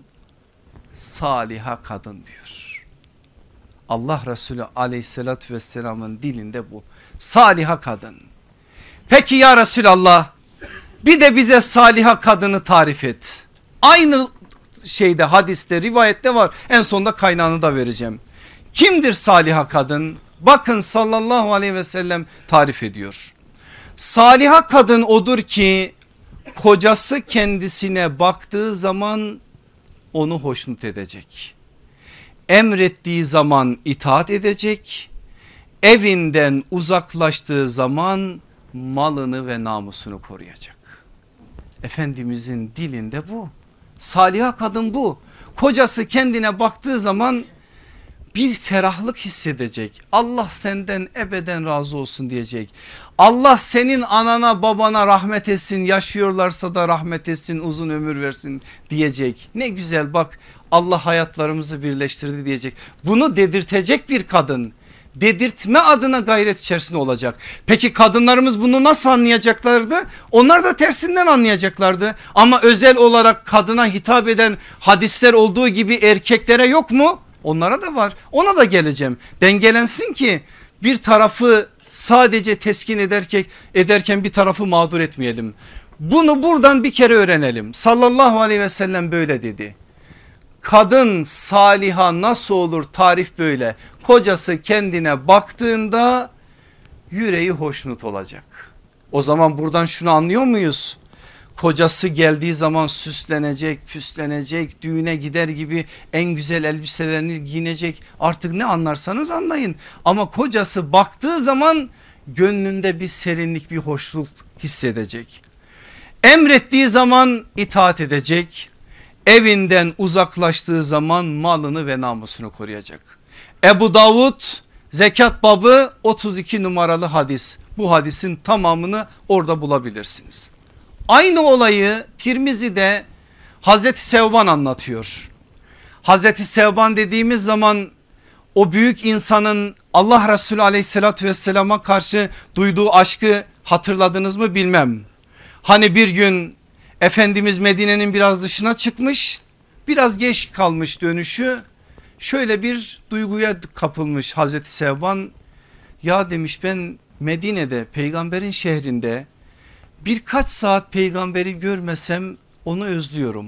Saliha kadın diyor. Allah Resulü aleyhissalatü vesselamın dilinde bu. Saliha kadın. Peki ya Resulallah, bir de bize saliha kadını tarif et. Aynı şeyde, hadiste, rivayette var. En sonunda kaynağını da vereceğim. Kimdir saliha kadın? Bakın sallallahu aleyhi ve sellem tarif ediyor. Saliha kadın odur ki kocası kendisine baktığı zaman onu hoşnut edecek. Emrettiği zaman itaat edecek. Evinden uzaklaştığı zaman malını ve namusunu koruyacak. Efendimizin dilinde bu. Saliha kadın bu. Kocası kendine baktığı zaman bir ferahlık hissedecek. Allah senden ebeden razı olsun diyecek. Allah senin anana babana rahmet etsin, yaşıyorlarsa da rahmet etsin, uzun ömür versin diyecek. Ne güzel bak, Allah hayatlarımızı birleştirdi diyecek. Bunu dedirtecek bir kadın. dedirtme adına gayret içerisinde olacak. Peki kadınlarımız bunu nasıl anlayacaklardı? Onlar da tersinden anlayacaklardı. Ama özel olarak kadına hitap eden hadisler olduğu gibi erkeklere yok mu? Onlara da var. Ona da geleceğim. Dengelensin ki bir tarafı sadece teskin ederken, ederken bir tarafı mağdur etmeyelim. Bunu buradan bir kere öğrenelim. Sallallahu aleyhi ve sellem böyle dedi. Kadın saliha nasıl olur, tarif böyle. Kocası kendine baktığında yüreği hoşnut olacak. O zaman buradan şunu anlıyor muyuz? Kocası geldiği zaman süslenecek, püslenecek, düğüne gider gibi en güzel elbiselerini giyinecek. Artık ne anlarsanız anlayın. Ama kocası baktığı zaman gönlünde bir serinlik, bir hoşluk hissedecek. Emrettiği zaman itaat edecek. Evinden uzaklaştığı zaman malını ve namusunu koruyacak. Ebu Davud zekat babı otuz iki numaralı hadis. Bu hadisin tamamını orada bulabilirsiniz. Aynı olayı Tirmizi'de Hazreti Sevban anlatıyor. Hazreti Sevban dediğimiz zaman o büyük insanın Allah Resulü aleyhissalatü vesselama karşı duyduğu aşkı hatırladınız mı bilmem. Hani bir gün Efendimiz Medine'nin biraz dışına çıkmış, biraz geç kalmış dönüşü, şöyle bir duyguya kapılmış Hazreti Sevban. Ya demiş, ben Medine'de, peygamberin şehrinde birkaç saat peygamberi görmesem onu özlüyorum.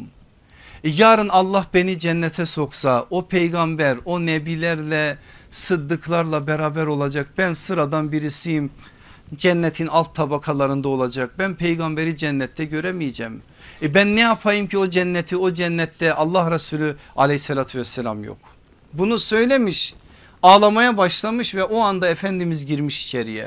E yarın Allah beni cennete soksa o peygamber o nebilerle, sıddıklarla beraber olacak, ben sıradan birisiyim, cennetin alt tabakalarında olacak, ben peygamberi cennette göremeyeceğim. E ben ne yapayım ki o cenneti, o cennette Allah Resulü aleyhissalatü vesselam yok. Bunu söylemiş, ağlamaya başlamış ve o anda Efendimiz girmiş içeriye.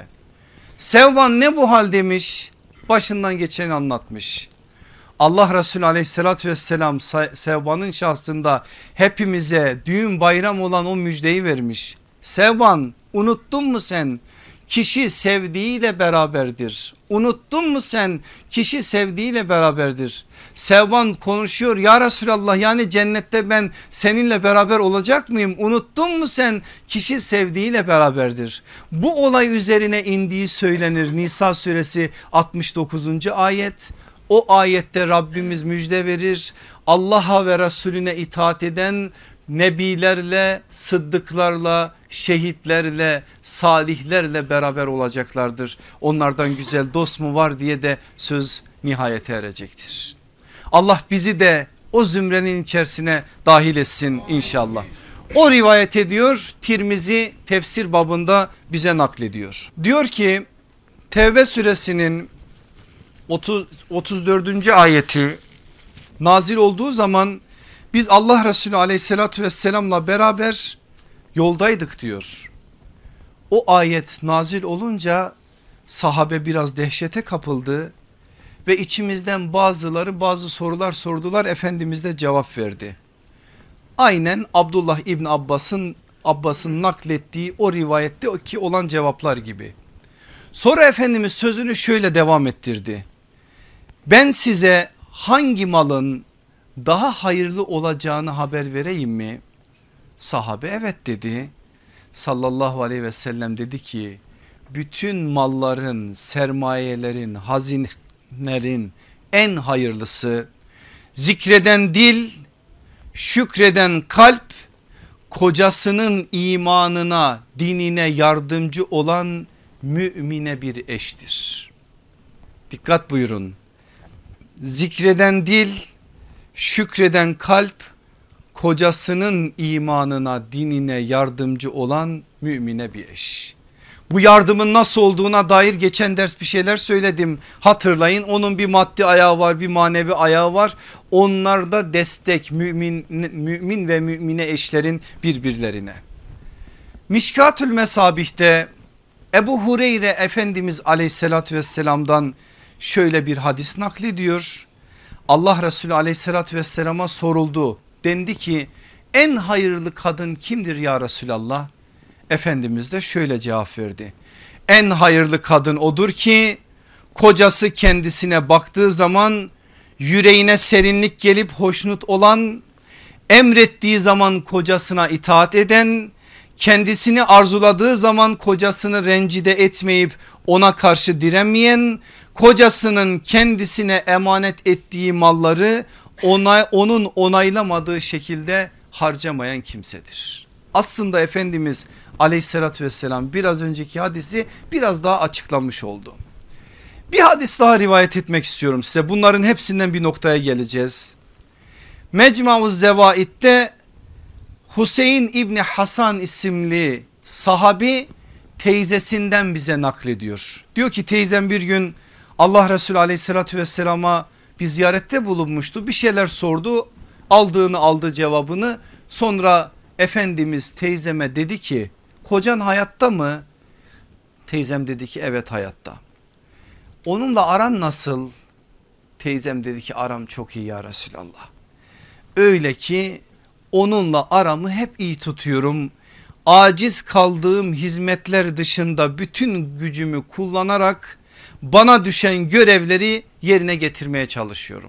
Sevban ne bu hal demiş, başından geçeni anlatmış. Allah Resulü aleyhissalatü vesselam Sevban'ın şahsında hepimize düğün bayram olan o müjdeyi vermiş. Sevban, unuttun mu sen? Kişi sevdiğiyle beraberdir. Unuttun mu sen? Kişi sevdiğiyle beraberdir. Sevban konuşuyor, ya Resulallah, yani cennette ben seninle beraber olacak mıyım? Unuttun mu sen? Kişi sevdiğiyle beraberdir. Bu olay üzerine indiği söylenir. Nisa suresi altmış dokuzuncu ayet. O ayette Rabbimiz müjde verir. Allah'a ve Resulüne itaat eden nebilerle, sıddıklarla, şehitlerle, salihlerle beraber olacaklardır. Onlardan güzel dost mu var diye de söz nihayete erecektir. Allah bizi de o zümrenin içerisine dahil etsin inşallah. O rivayet ediyor, Tirmizi tefsir babında bize naklediyor. Diyor ki Tevbe suresinin otuz, otuz dördüncü ayeti nazil olduğu zaman biz Allah Resulü aleyhissalatü vesselamla beraber yoldaydık diyor. O ayet nazil olunca sahabe biraz dehşete kapıldı ve içimizden bazıları bazı sorular sordular, Efendimiz de cevap verdi. Aynen Abdullah İbni Abbas'ın Abbas'ın naklettiği o rivayette ki olan cevaplar gibi. Sonra Efendimiz sözünü şöyle devam ettirdi. Ben size hangi malın daha hayırlı olacağını haber vereyim mi? Sahabe evet dedi. Sallallahu aleyhi ve sellem dedi ki bütün malların, sermayelerin, hazinelerin en hayırlısı zikreden dil, şükreden kalp, kocasının imanına, dinine yardımcı olan mümine bir eştir. Dikkat buyurun. Zikreden dil, şükreden kalp, kocasının imanına, dinine yardımcı olan mümine bir eş. Bu yardımın nasıl olduğuna dair geçen ders bir şeyler söyledim. Hatırlayın, onun bir maddi ayağı var, bir manevi ayağı var. Onlarda destek, mümin, mümin ve mümine eşlerin birbirlerine. Mişkatül Mesabih'te Ebu Hureyre Efendimiz aleyhissalatü vesselam'dan şöyle bir hadis naklediyor. Allah Resulü aleyhissalatü vesselama soruldu. Dendi ki en hayırlı kadın kimdir ya Resulallah? Efendimiz de şöyle cevap verdi. En hayırlı kadın odur ki kocası kendisine baktığı zaman yüreğine serinlik gelip hoşnut olan, emrettiği zaman kocasına itaat eden, kendisini arzuladığı zaman kocasını rencide etmeyip ona karşı direnmeyen, kocasının kendisine emanet ettiği malları ona, onun onaylamadığı şekilde harcamayan kimsedir. Aslında Efendimiz aleyhissalatü vesselam biraz önceki hadisi biraz daha açıklamış oldu. Bir hadis daha rivayet etmek istiyorum size. Bunların hepsinden bir noktaya geleceğiz. Mecmu-uz Zevaid'de Hüseyin İbni Hasan isimli sahabi teyzesinden bize naklediyor. Diyor ki teyzem bir gün Allah Resulü aleyhissalatü vesselama bir ziyarette bulunmuştu. Bir şeyler sordu, aldığını aldı cevabını. Sonra Efendimiz teyzeme dedi ki kocan hayatta mı? Teyzem dedi ki evet hayatta. Onunla aran nasıl? Teyzem dedi ki aram çok iyi ya Resulallah. Öyle ki onunla aramı hep iyi tutuyorum. Aciz kaldığım hizmetler dışında bütün gücümü kullanarak bana düşen görevleri yerine getirmeye çalışıyorum.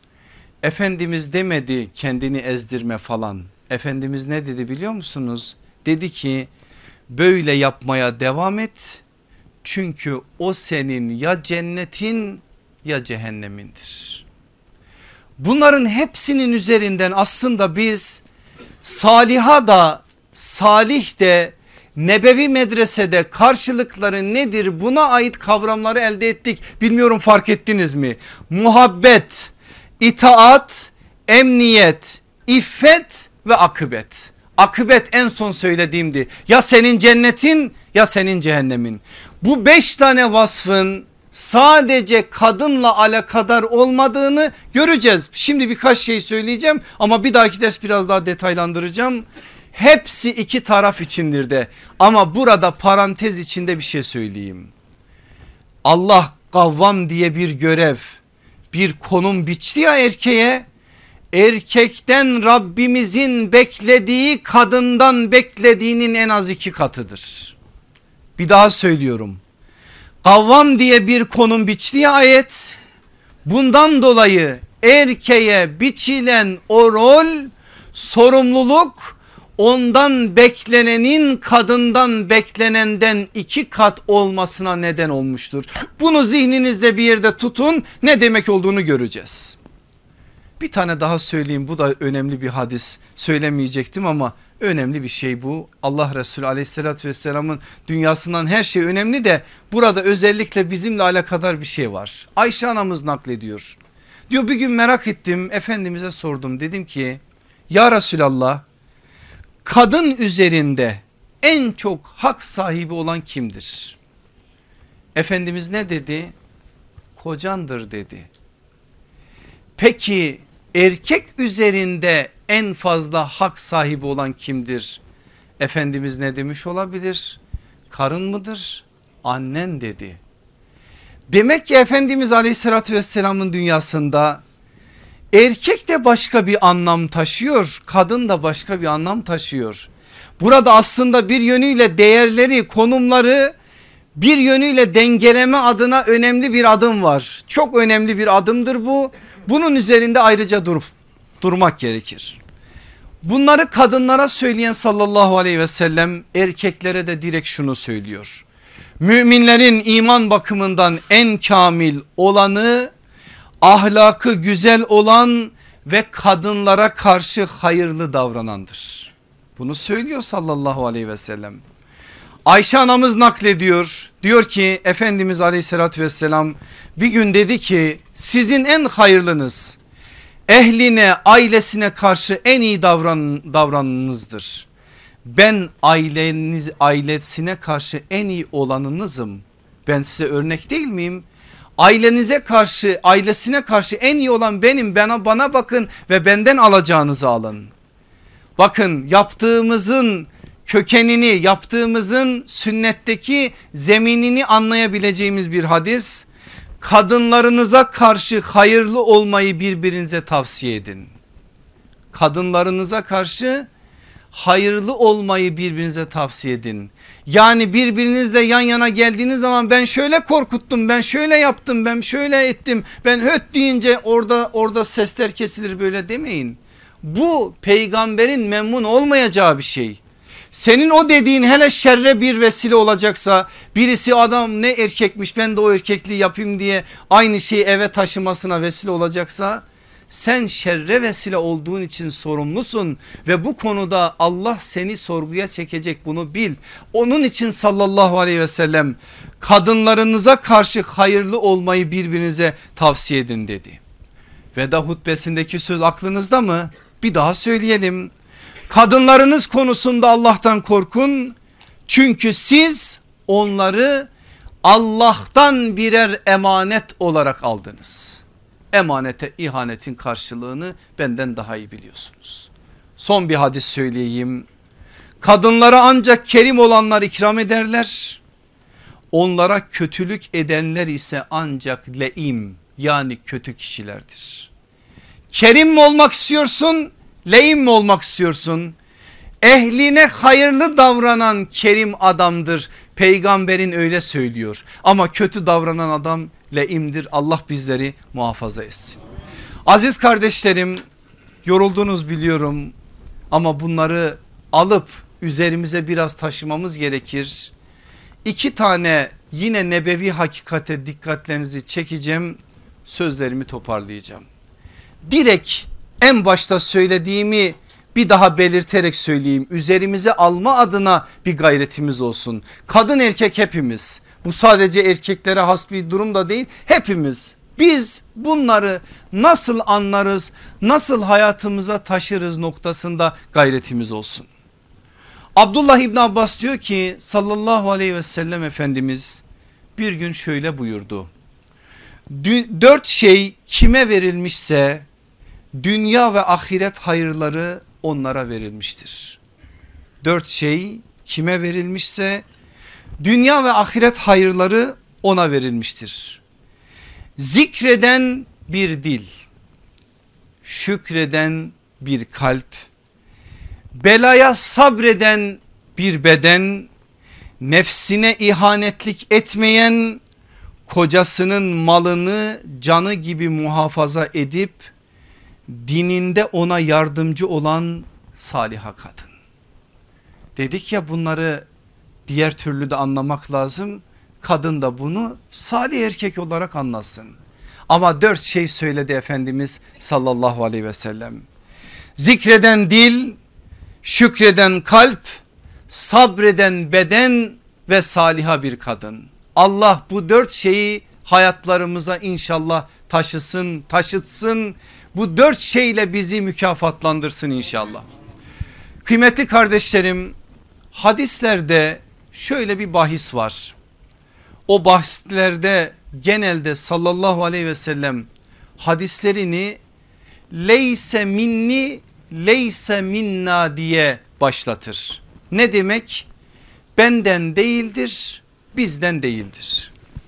Efendimiz demedi kendini ezdirme falan. Efendimiz ne dedi biliyor musunuz? Dedi ki böyle yapmaya devam et. Çünkü o senin ya cennetin ya cehennemindir. Bunların hepsinin üzerinden aslında biz saliha da salih de nebevi medresede karşılıkları nedir buna ait kavramları elde ettik. Bilmiyorum fark ettiniz mi? Muhabbet, itaat, emniyet, iffet ve akıbet. Akıbet en son söylediğimdi. Ya senin cennetin ya senin cehennemin. Bu beş tane vasfın sadece kadınla alakadar olmadığını göreceğiz. Şimdi birkaç şey söyleyeceğim ama bir dahaki ders biraz daha detaylandıracağım. Hepsi iki taraf içindir de ama burada parantez içinde bir şey söyleyeyim. Allah kavvam diye bir görev, bir konum biçti ya erkeğe. Erkekten Rabbimizin beklediği kadından beklediğinin en az iki katıdır. Bir daha söylüyorum. Kavvam diye bir konum biçti ya ayet. Bundan dolayı erkeğe biçilen o rol, sorumluluk ondan beklenenin kadından beklenenden iki kat olmasına neden olmuştur. Bunu zihninizde bir yerde tutun, ne demek olduğunu göreceğiz. Bir tane daha söyleyeyim, bu da önemli bir hadis, söylemeyecektim ama önemli bir şey bu. Allah Resulü aleyhissalatü vesselamın dünyasından her şey önemli de burada özellikle bizimle alakadar bir şey var. Ayşe anamız naklediyor. Diyor bir gün merak ettim, Efendimiz'e sordum, dedim ki ya Resulallah kadın üzerinde en çok hak sahibi olan kimdir? Efendimiz ne dedi? Kocandır dedi. Peki erkek üzerinde en fazla hak sahibi olan kimdir? Efendimiz ne demiş olabilir? Karın mıdır? Annen dedi. Demek ki Efendimiz aleyhissalatü vesselamın dünyasında erkek de başka bir anlam taşıyor, kadın da başka bir anlam taşıyor. Burada aslında bir yönüyle değerleri, konumları bir yönüyle dengeleme adına önemli bir adım var. Çok önemli bir adımdır bu. Bunun üzerinde ayrıca durup durmak gerekir. Bunları kadınlara söyleyen sallallahu aleyhi ve sellem erkeklere de direkt şunu söylüyor. Müminlerin iman bakımından en kamil olanı, ahlakı güzel olan ve kadınlara karşı hayırlı davranandır. Bunu söylüyor sallallahu aleyhi ve sellem. Ayşe anamız naklediyor, diyor ki Efendimiz aleyhissalatü vesselam bir gün dedi ki sizin en hayırlınız ehline, ailesine karşı en iyi davran, davranınızdır. Ben aileniz, ailesine karşı en iyi olanınızım. Ben size örnek değil miyim? Ailenize karşı, ailesine karşı en iyi olan benim. Bana, bana bakın ve benden alacağınızı alın. Bakın yaptığımızın kökenini, yaptığımızın sünnetteki zeminini anlayabileceğimiz bir hadis. Kadınlarınıza karşı hayırlı olmayı birbirinize tavsiye edin. Kadınlarınıza karşı hayırlı olmayı birbirinize tavsiye edin. Yani birbirinizle yan yana geldiğiniz zaman ben şöyle korkuttum, ben şöyle yaptım, ben şöyle ettim, ben höt deyince orada orada sesler kesilir, böyle demeyin. Bu peygamberin memnun olmayacağı bir şey. Senin o dediğin hele şerre bir vesile olacaksa, birisi adam ne erkekmiş ben de o erkekliği yapayım diye aynı şeyi eve taşımasına vesile olacaksa, sen şerre vesile olduğun için sorumlusun ve bu konuda Allah seni sorguya çekecek, bunu bil. Onun için sallallahu aleyhi ve sellem kadınlarınıza karşı hayırlı olmayı birbirinize tavsiye edin dedi. Veda hutbesindeki söz aklınızda mı? Bir daha söyleyelim. Kadınlarınız konusunda Allah'tan korkun. Çünkü siz onları Allah'tan birer emanet olarak aldınız. Emanete ihanetin karşılığını benden daha iyi biliyorsunuz. Son bir hadis söyleyeyim. Kadınlara ancak kerim olanlar ikram ederler. Onlara kötülük edenler ise ancak leim, yani kötü kişilerdir. Kerim mi olmak istiyorsun, leim mi olmak istiyorsun? Ehline hayırlı davranan kerim adamdır. Peygamberin öyle söylüyor. Ama kötü davranan adam leimdir. Allah bizleri muhafaza etsin. Aziz kardeşlerim, yoruldunuz biliyorum ama bunları alıp üzerimize biraz taşımamız gerekir. İki tane yine nebevi hakikate dikkatlerinizi çekeceğim, sözlerimi toparlayacağım. Direkt en başta söylediğimi bir daha belirterek söyleyeyim. Üzerimize alma adına bir gayretimiz olsun. Kadın erkek hepimiz, bu sadece erkeklere has bir durum da değil, hepimiz. Biz bunları nasıl anlarız, nasıl hayatımıza taşırız noktasında gayretimiz olsun. Abdullah İbni Abbas diyor ki sallallahu aleyhi ve sellem Efendimiz bir gün şöyle buyurdu. Dört şey kime verilmişse dünya ve ahiret hayırları onlara verilmiştir. Dört şey kime verilmişse dünya ve ahiret hayırları ona verilmiştir. Zikreden bir dil, şükreden bir kalp, belaya sabreden bir beden, nefsine ihanetlik etmeyen, kocasının malını canı gibi muhafaza edip dininde ona yardımcı olan saliha kadın. Dedik ya, bunları diğer türlü de anlamak lazım. Kadın da bunu salih erkek olarak anlasın. Ama dört şey söyledi Efendimiz sallallahu aleyhi ve sellem. Zikreden dil, şükreden kalp, sabreden beden ve saliha bir kadın. Allah bu dört şeyi hayatlarımıza inşallah taşısın, taşıtsın. Bu dört şeyle bizi mükafatlandırsın inşallah. Kıymetli kardeşlerim, hadislerde şöyle bir bahis var. O bahislerde genelde sallallahu aleyhi ve sellem hadislerini leyse minni leyse minna diye başlatır. Ne demek? Benden değildir, bizden değildir.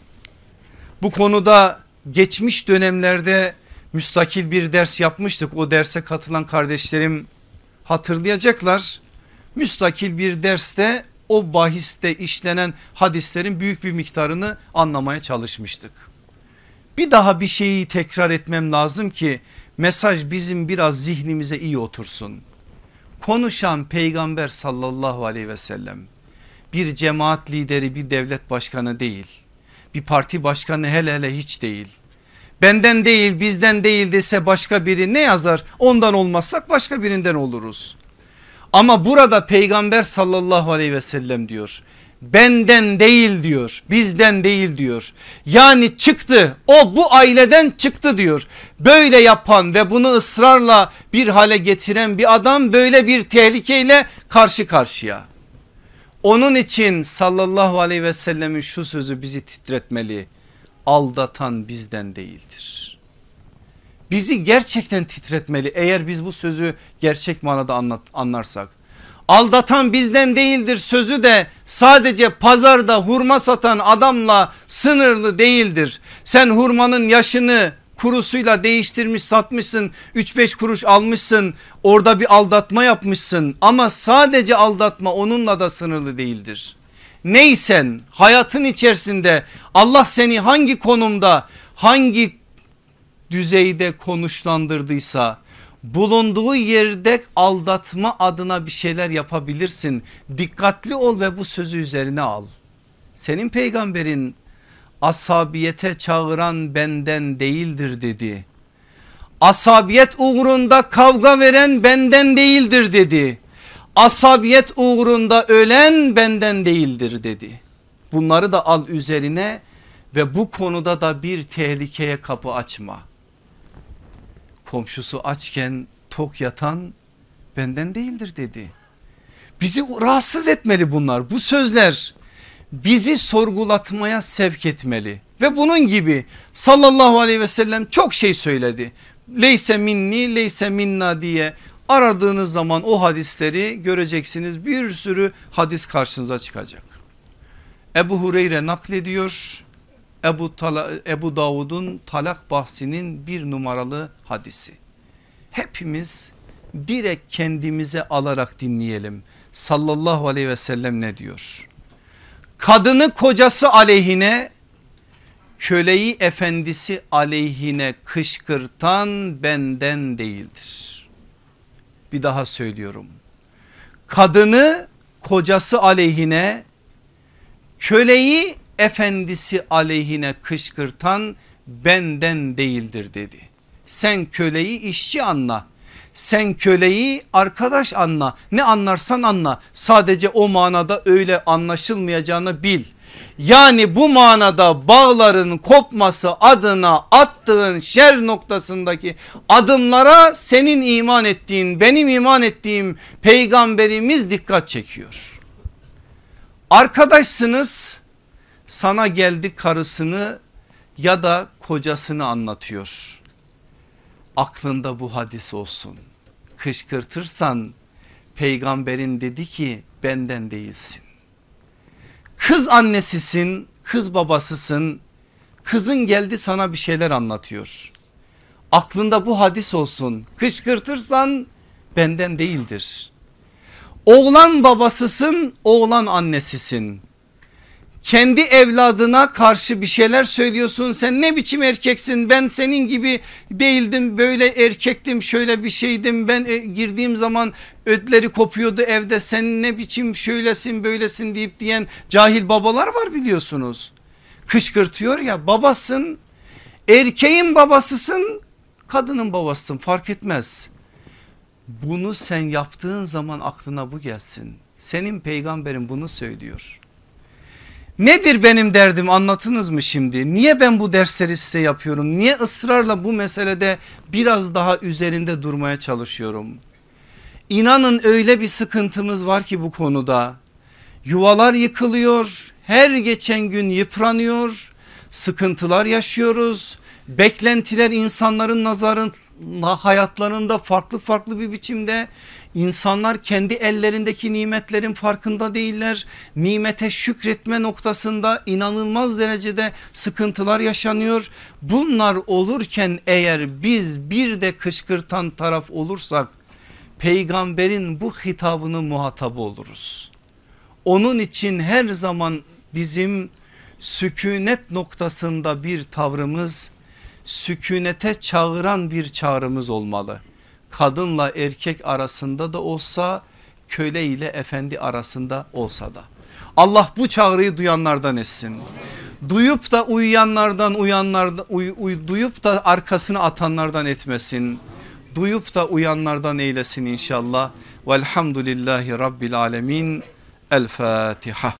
Bu konuda geçmiş dönemlerde müstakil bir ders yapmıştık. O derse katılan kardeşlerim hatırlayacaklar. Müstakil bir derste o bahiste işlenen hadislerin büyük bir miktarını anlamaya çalışmıştık. Bir daha bir şeyi tekrar etmem lazım ki mesaj bizim biraz zihnimize iyi otursun. Konuşan peygamber sallallahu aleyhi ve sellem bir cemaat lideri, bir devlet başkanı değil. Bir parti başkanı hele hele hiç değil. Benden değil, bizden değil dese başka biri ne yazar? Ondan olmazsak başka birinden oluruz. Ama burada peygamber sallallahu aleyhi ve sellem diyor. Benden değil diyor, bizden değil diyor. Yani çıktı, o bu aileden çıktı diyor. Böyle yapan ve bunu ısrarla bir hale getiren bir adam böyle bir tehlikeyle karşı karşıya. Onun için sallallahu aleyhi ve sellemin şu sözü bizi titretmeli. Aldatan bizden değildir. Bizi gerçekten titretmeli eğer biz bu sözü gerçek manada anlat, anlarsak. Aldatan bizden değildir sözü de sadece pazarda hurma satan adamla sınırlı değildir. Sen hurmanın yaşını kurusuyla değiştirmiş satmışsın, üç beş kuruş almışsın, orada bir aldatma yapmışsın ama sadece aldatma onunla da sınırlı değildir. Neysen hayatın içerisinde Allah seni hangi konumda, hangi düzeyde konuşlandırdıysa bulunduğu yerde aldatma adına bir şeyler yapabilirsin. Dikkatli ol ve bu sözü üzerine al. Senin peygamberin asabiyete çağıran benden değildir dedi. Asabiyet uğrunda kavga veren benden değildir dedi. Asabiyet uğrunda ölen benden değildir dedi. Bunları da al üzerine ve bu konuda da bir tehlikeye kapı açma. Komşusu açken tok yatan benden değildir dedi. Bizi rahatsız etmeli bunlar, bu sözler bizi sorgulatmaya sevk etmeli. Ve bunun gibi sallallahu aleyhi ve sellem çok şey söyledi. Leyse minni leyse minna diye aradığınız zaman o hadisleri göreceksiniz. Bir sürü hadis karşınıza çıkacak. Ebu Hureyre naklediyor. Ebu, Tala, Ebu Davud'un talak bahsinin bir numaralı hadisi. Hepimiz direkt kendimize alarak dinleyelim. Sallallahu aleyhi ve sellem ne diyor? Kadını kocası aleyhine, köleyi efendisi aleyhine kışkırtan benden değildir. Bir daha söylüyorum. Kadını kocası aleyhine, köleyi efendisi aleyhine kışkırtan benden değildir dedi. Sen köleyi işçi anla. Sen köleyi arkadaş anla. Ne anlarsan anla. Sadece o manada öyle anlaşılmayacağını bil. Yani bu manada bağların kopması adına attığın şer noktasındaki adımlara senin iman ettiğin, benim iman ettiğim peygamberimiz dikkat çekiyor. Arkadaşsınız, sana geldi karısını ya da kocasını anlatıyor. Aklında bu hadis olsun. Kışkırtırsan peygamberin dedi ki benden değilsin. Kız annesisin, kız babasısın. Kızın geldi sana bir şeyler anlatıyor. Aklında bu hadis olsun. Kışkırtırsan benden değildir. Oğlan babasısın, oğlan annesisin. Kendi evladına karşı bir şeyler söylüyorsun. Sen ne biçim erkeksin, ben senin gibi değildim, böyle erkektim, şöyle bir şeydim. Ben girdiğim zaman ödleri kopuyordu evde, sen ne biçim şöylesin böylesin deyip diyen cahil babalar var biliyorsunuz. Kışkırtıyor ya, babasın, erkeğin babasısın, kadının babasısın, fark etmez. Bunu sen yaptığın zaman aklına bu gelsin. Senin peygamberin bunu söylüyor. Nedir benim derdim, anlatınız mı şimdi? Niye ben bu dersleri size yapıyorum? Niye ısrarla bu meselede biraz daha üzerinde durmaya çalışıyorum? İnanın öyle bir sıkıntımız var ki bu konuda. Yuvalar yıkılıyor, her geçen gün yıpranıyor, sıkıntılar yaşıyoruz. Beklentiler insanların nazarında, hayatlarında farklı farklı bir biçimde. İnsanlar kendi ellerindeki nimetlerin farkında değiller. Nimete şükretme noktasında inanılmaz derecede sıkıntılar yaşanıyor. Bunlar olurken eğer biz bir de kışkırtan taraf olursak peygamberin bu hitabının muhatabı oluruz. Onun için her zaman bizim sükunet noktasında bir tavrımız, sükunete çağıran bir çağrımız olmalı. Kadınla erkek arasında da olsa, köle ile efendi arasında olsa da. Allah bu çağrıyı duyanlardan etsin. Duyup da uyuyanlardan, uyanlardan uy, uy, duyup da arkasını atanlardan etmesin. Duyup da uyanlardan eylesin inşallah. Velhamdülillahi Rabbil alemin. El Fatiha.